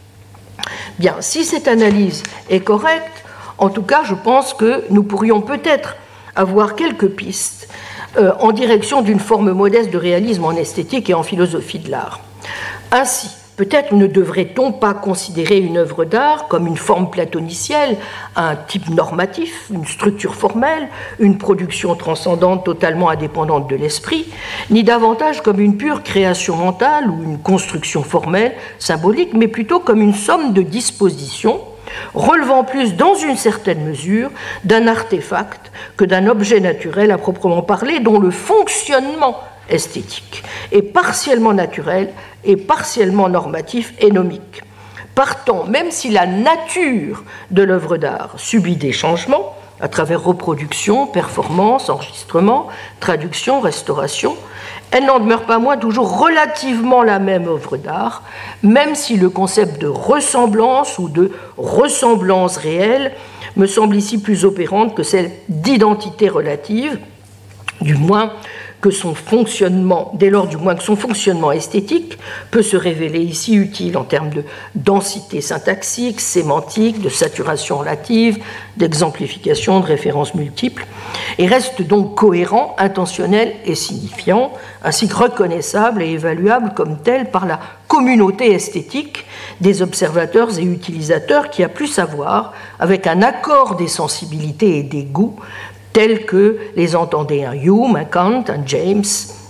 Bien, si cette analyse est correcte, en tout cas, je pense que nous pourrions peut-être avoir quelques pistes euh, en direction d'une forme modeste de réalisme en esthétique et en philosophie de l'art. Ainsi, peut-être ne devrait-on pas considérer une œuvre d'art comme une forme platonicielle, un type normatif, une structure formelle, une production transcendante totalement indépendante de l'esprit, ni davantage comme une pure création mentale ou une construction formelle, symbolique, mais plutôt comme une somme de dispositions relevant plus dans une certaine mesure d'un artefact que d'un objet naturel à proprement parler, dont le fonctionnement esthétique est partiellement naturel et partiellement normatif et nomique. Partant, même si la nature de l'œuvre d'art subit des changements, à travers reproduction, performance, enregistrement, traduction, restauration, elle n'en demeure pas moins toujours relativement la même œuvre d'art, même si le concept de ressemblance ou de ressemblance réelle me semble ici plus opérante que celle d'identité relative, du moins que son fonctionnement, dès lors du moins que son fonctionnement esthétique peut se révéler ici utile en termes de densité syntaxique, sémantique, de saturation relative, d'exemplification, de références multiples, et reste donc cohérent, intentionnel et signifiant, ainsi que reconnaissable et évaluable comme tel par la communauté esthétique des observateurs et utilisateurs qui a plus à voir avec un accord des sensibilités et des goûts tels que les entendait un Hume, un Kant, un James,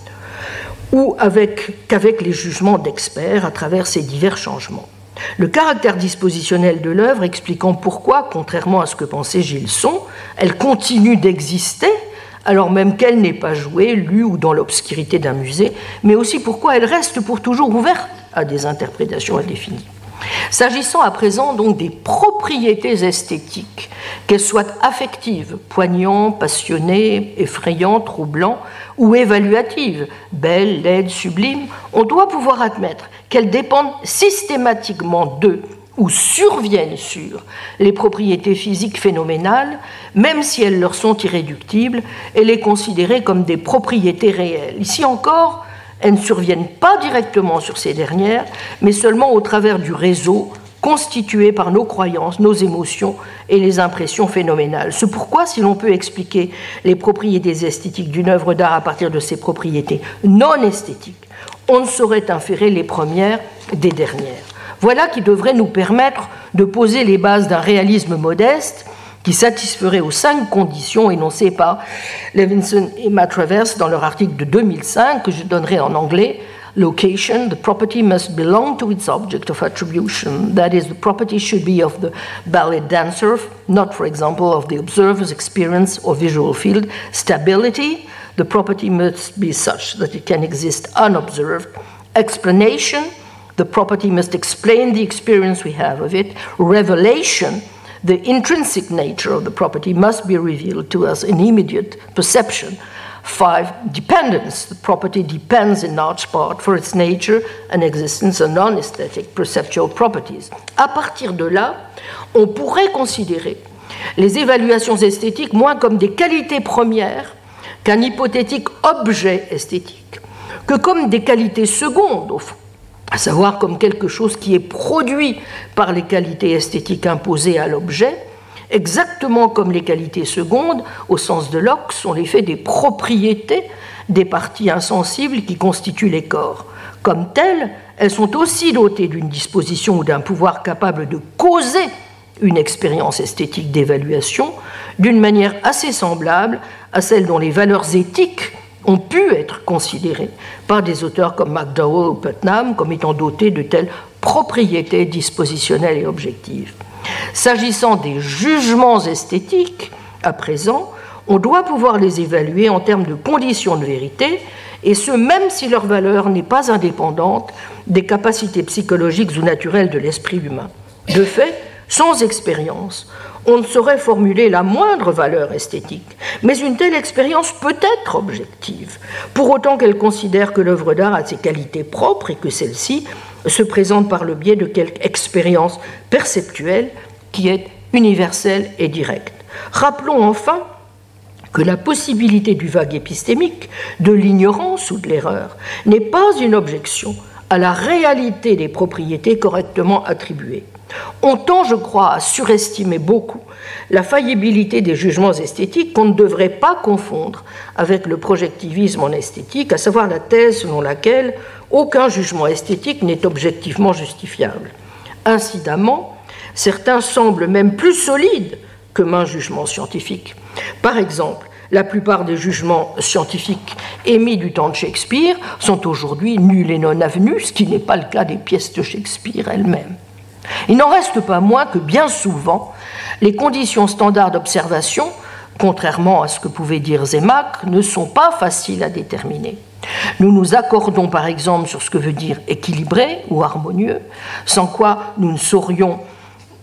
ou avec, qu'avec les jugements d'experts à travers ces divers changements. Le caractère dispositionnel de l'œuvre expliquant pourquoi, contrairement à ce que pensait Gilson, elle continue d'exister, alors même qu'elle n'est pas jouée, lue ou dans l'obscurité d'un musée, mais aussi pourquoi elle reste pour toujours ouverte à des interprétations indéfinies. S'agissant à présent donc des propriétés esthétiques, qu'elles soient affectives, poignantes, passionnées, effrayantes, troublantes ou évaluatives, belles, laides, sublimes, on doit pouvoir admettre qu'elles dépendent systématiquement d'eux ou surviennent sur les propriétés physiques phénoménales, même si elles leur sont irréductibles, et les considérer comme des propriétés réelles. Ici encore, elles ne surviennent pas directement sur ces dernières, mais seulement au travers du réseau constitué par nos croyances, nos émotions et les impressions phénoménales. C'est pourquoi, si l'on peut expliquer les propriétés esthétiques d'une œuvre d'art à partir de ses propriétés non esthétiques, on ne saurait inférer les premières des dernières. Voilà qui devrait nous permettre de poser les bases d'un réalisme modeste qui satisferait aux cinq conditions énoncées par Levinson et Matravers dans leur article de deux mille cinq, que je donnerai en anglais. Location, the property must belong to its object of attribution. That is, the property should be of the ballet dancer, not, for example, of the observer's experience or visual field. Stability, the property must be such that it can exist unobserved. Explanation, the property must explain the experience we have of it. Revelation, the intrinsic nature of the property must be revealed to us in immediate perception. Five, dependence. The property depends in large part for its nature and existence on non-aesthetic perceptual properties. À partir de là, on pourrait considérer les évaluations esthétiques moins comme des qualités premières qu'un hypothétique objet esthétique, que comme des qualités secondes, au fond, à savoir comme quelque chose qui est produit par les qualités esthétiques imposées à l'objet, exactement comme les qualités secondes, au sens de Locke, sont l'effet des propriétés des parties insensibles qui constituent les corps. Comme telles, elles sont aussi dotées d'une disposition ou d'un pouvoir capable de causer une expérience esthétique d'évaluation d'une manière assez semblable à celle dont les valeurs éthiques ont pu être considérées par des auteurs comme McDowell ou Putnam comme étant dotés de telles propriétés dispositionnelles et objectives. S'agissant des jugements esthétiques, à présent, on doit pouvoir les évaluer en termes de conditions de vérité, et ce, même si leur valeur n'est pas indépendante des capacités psychologiques ou naturelles de l'esprit humain. De fait, sans expérience, on ne saurait formuler la moindre valeur esthétique, mais une telle expérience peut être objective, pour autant qu'elle considère que l'œuvre d'art a ses qualités propres et que celle-ci se présente par le biais de quelque expérience perceptuelle qui est universelle et directe. Rappelons enfin que la possibilité du vague épistémique, de l'ignorance ou de l'erreur, n'est pas une objection à la réalité des propriétés correctement attribuées. On tend, je crois, à surestimer beaucoup la faillibilité des jugements esthétiques qu'on ne devrait pas confondre avec le projectivisme en esthétique, à savoir la thèse selon laquelle aucun jugement esthétique n'est objectivement justifiable. Incidemment, certains semblent même plus solides que maint jugement scientifique. Par exemple, la plupart des jugements scientifiques émis du temps de Shakespeare sont aujourd'hui nuls et non avenus, ce qui n'est pas le cas des pièces de Shakespeare elles-mêmes. Il n'en reste pas moins que bien souvent, les conditions standards d'observation, contrairement à ce que pouvait dire Zemach, ne sont pas faciles à déterminer. Nous nous accordons par exemple sur ce que veut dire équilibré ou harmonieux, sans quoi nous ne saurions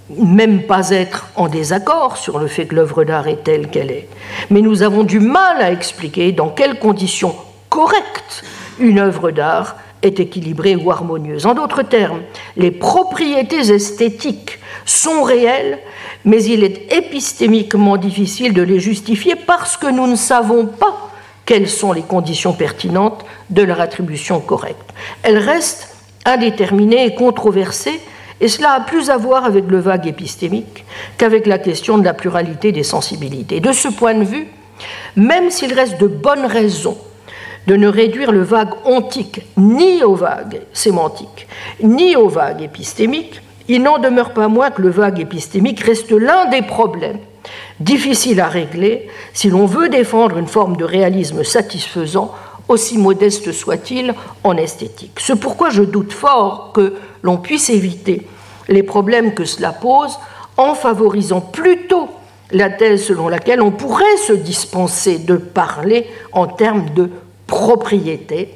même pas être en désaccord sur le fait que l'œuvre d'art est telle qu'elle est, mais nous avons du mal à expliquer dans quelles conditions correctes une œuvre d'art est équilibrée ou harmonieuse. En d'autres termes, les propriétés esthétiques sont réelles, mais il est épistémiquement difficile de les justifier parce que nous ne savons pas quelles sont les conditions pertinentes de leur attribution correcte. Elles restent indéterminées et controversées, et cela a plus à voir avec le vague épistémique qu'avec la question de la pluralité des sensibilités. De ce point de vue, même s'il reste de bonnes raisons de ne réduire le vague ontique ni au vague sémantique, ni au vague épistémique, il n'en demeure pas moins que le vague épistémique reste l'un des problèmes difficiles à régler si l'on veut défendre une forme de réalisme satisfaisant, aussi modeste soit-il en esthétique. C'est pourquoi je doute fort que l'on puisse éviter les problèmes que cela pose en favorisant plutôt la thèse selon laquelle on pourrait se dispenser de parler en termes de propriété,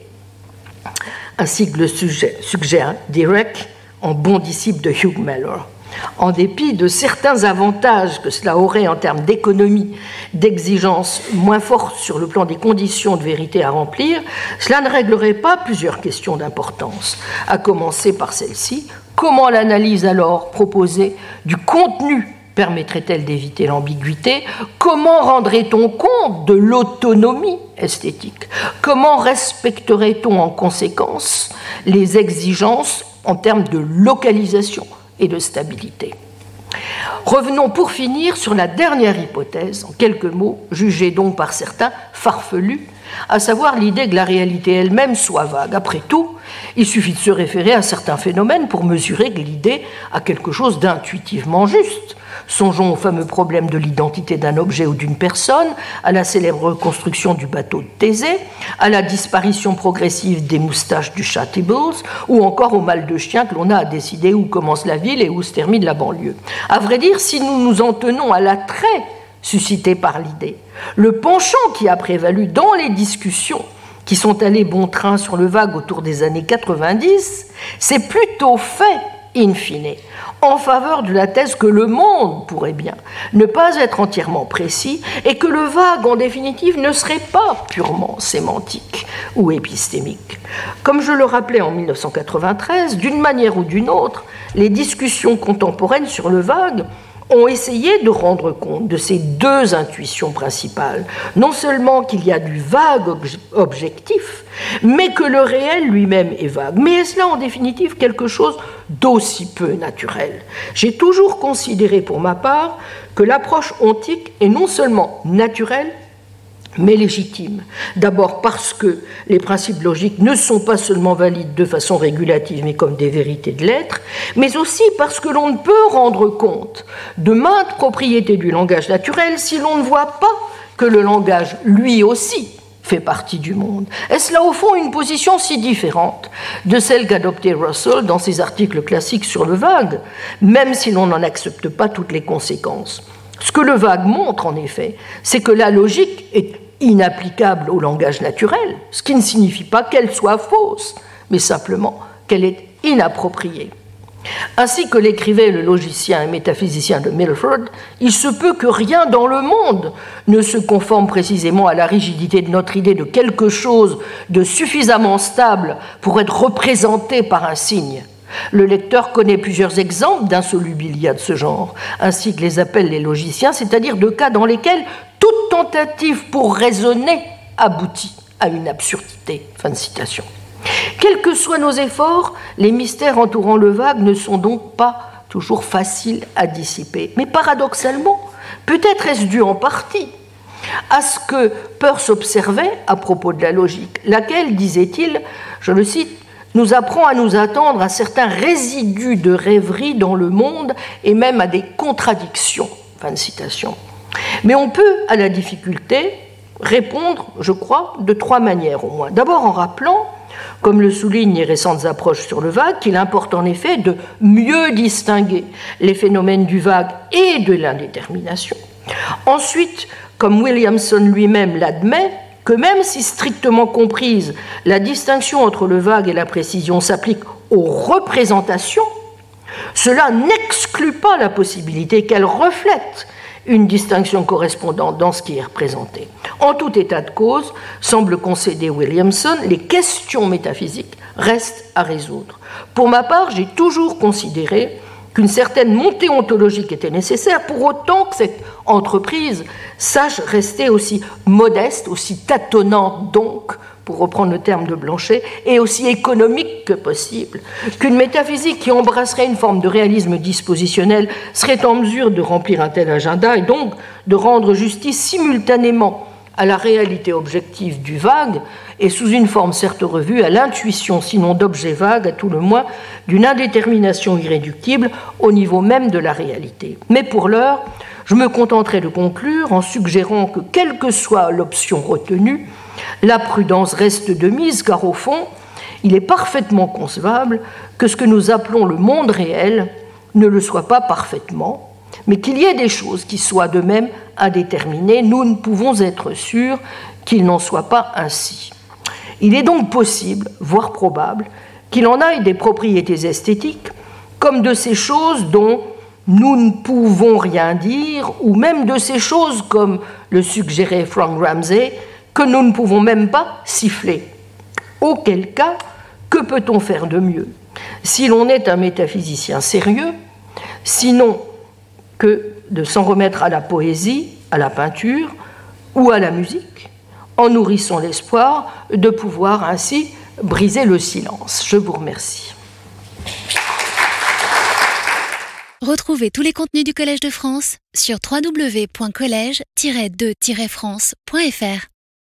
ainsi que le suggère Dirac en bon disciple de Hugh Mellor. En dépit de certains avantages que cela aurait en termes d'économie, d'exigences moins fortes sur le plan des conditions de vérité à remplir, cela ne réglerait pas plusieurs questions d'importance, à commencer par celle-ci. Comment l'analyse alors proposée du contenu permettrait-elle d'éviter l'ambiguïté? Comment rendrait-on compte de l'autonomie esthétique? Comment respecterait-on en conséquence les exigences en termes de localisation et de stabilité? Revenons pour finir sur la dernière hypothèse, en quelques mots, jugée donc par certains farfelue, à savoir l'idée que la réalité elle-même soit vague. Après tout, il suffit de se référer à certains phénomènes pour mesurer que l'idée a quelque chose d'intuitivement juste. Songeons au fameux problème de l'identité d'un objet ou d'une personne, à la célèbre reconstruction du bateau de Thésée, à la disparition progressive des moustaches du chat Tibbles, ou encore au mal de chien que l'on a à décider où commence la ville et où se termine la banlieue. À vrai dire, si nous nous en tenons à l'attrait suscité par l'idée, le penchant qui a prévalu dans les discussions qui sont allées bon train sur le vague autour des années quatre-vingt-dix, c'est plutôt fait, in fine, en faveur de la thèse que le monde pourrait bien ne pas être entièrement précis et que le vague, en définitive, ne serait pas purement sémantique ou épistémique. Comme je le rappelais en mille neuf cent quatre-vingt-treize, d'une manière ou d'une autre, les discussions contemporaines sur le vague ont essayé de rendre compte de ces deux intuitions principales. Non seulement qu'il y a du vague objectif, mais que le réel lui-même est vague. Mais est-ce là, en définitive, quelque chose d'aussi peu naturel? J'ai toujours considéré, pour ma part, que l'approche ontique est non seulement naturelle, mais légitime. D'abord parce que les principes logiques ne sont pas seulement valides de façon régulative, mais comme des vérités de l'être, mais aussi parce que l'on ne peut rendre compte de maintes propriétés du langage naturel si l'on ne voit pas que le langage, lui aussi, fait partie du monde. Est-ce là, au fond, une position si différente de celle qu'adoptait Russell dans ses articles classiques sur le vague, même si l'on n'en accepte pas toutes les conséquences? Ce que le vague montre, en effet, c'est que la logique est inapplicable au langage naturel, ce qui ne signifie pas qu'elle soit fausse, mais simplement qu'elle est inappropriée. Ainsi que l'écrivait le logicien et métaphysicien de Milford, il se peut que rien dans le monde ne se conforme précisément à la rigidité de notre idée de quelque chose de suffisamment stable pour être représenté par un signe. Le lecteur connaît plusieurs exemples d'insolubilia de ce genre, ainsi que les appellent les logiciens, c'est-à-dire de cas dans lesquels toute tentative pour raisonner aboutit à une absurdité. Fin de citation. Quels que soient nos efforts, les mystères entourant le vague ne sont donc pas toujours faciles à dissiper. Mais paradoxalement, peut-être est-ce dû en partie à ce que Peirce observait à propos de la logique, laquelle, disait-il, je le cite, nous apprend à nous attendre à certains résidus de rêverie dans le monde et même à des contradictions. Fin de citation. Mais on peut, à la difficulté, répondre, je crois, de trois manières au moins. D'abord en rappelant, comme le soulignent les récentes approches sur le vague, qu'il importe en effet de mieux distinguer les phénomènes du vague et de l'indétermination. Ensuite, comme Williamson lui-même l'admet, que même si strictement comprise, la distinction entre le vague et la précision s'applique aux représentations, Cela n'exclut pas la possibilité qu'elle reflète une distinction correspondante dans ce qui est représenté. En tout état de cause, semble concéder Williamson, les questions métaphysiques restent à résoudre. Pour ma part, j'ai toujours considéré qu'une certaine montée ontologique était nécessaire, pour autant que cette entreprise sache rester aussi modeste, aussi tâtonnante donc, pour reprendre le terme de Blanchet, et aussi économique que possible, qu'une métaphysique qui embrasserait une forme de réalisme dispositionnel serait en mesure de remplir un tel agenda et donc de rendre justice simultanément à la réalité objective du vague et sous une forme certes revue à l'intuition, sinon d'objet vague, à tout le moins, d'une indétermination irréductible au niveau même de la réalité. Mais pour l'heure, je me contenterai de conclure en suggérant que, quelle que soit l'option retenue, la prudence reste de mise, car au fond, il est parfaitement concevable que ce que nous appelons le monde réel ne le soit pas parfaitement, mais qu'il y ait des choses qui soient de même indéterminées. Nous ne pouvons être sûrs qu'il n'en soit pas ainsi. Il est donc possible, voire probable, qu'il en aille des propriétés esthétiques comme de ces choses dont nous ne pouvons rien dire, ou même de ces choses, comme le suggérait Frank Ramsey, que nous ne pouvons même pas siffler. Auquel cas, que peut-on faire de mieux si l'on est un métaphysicien sérieux, sinon que de s'en remettre à la poésie, à la peinture ou à la musique, en nourrissant l'espoir de pouvoir ainsi briser le silence. Je vous remercie. Retrouvez tous les contenus du Collège de France sur w w w point collège tiret de tiret france point f r.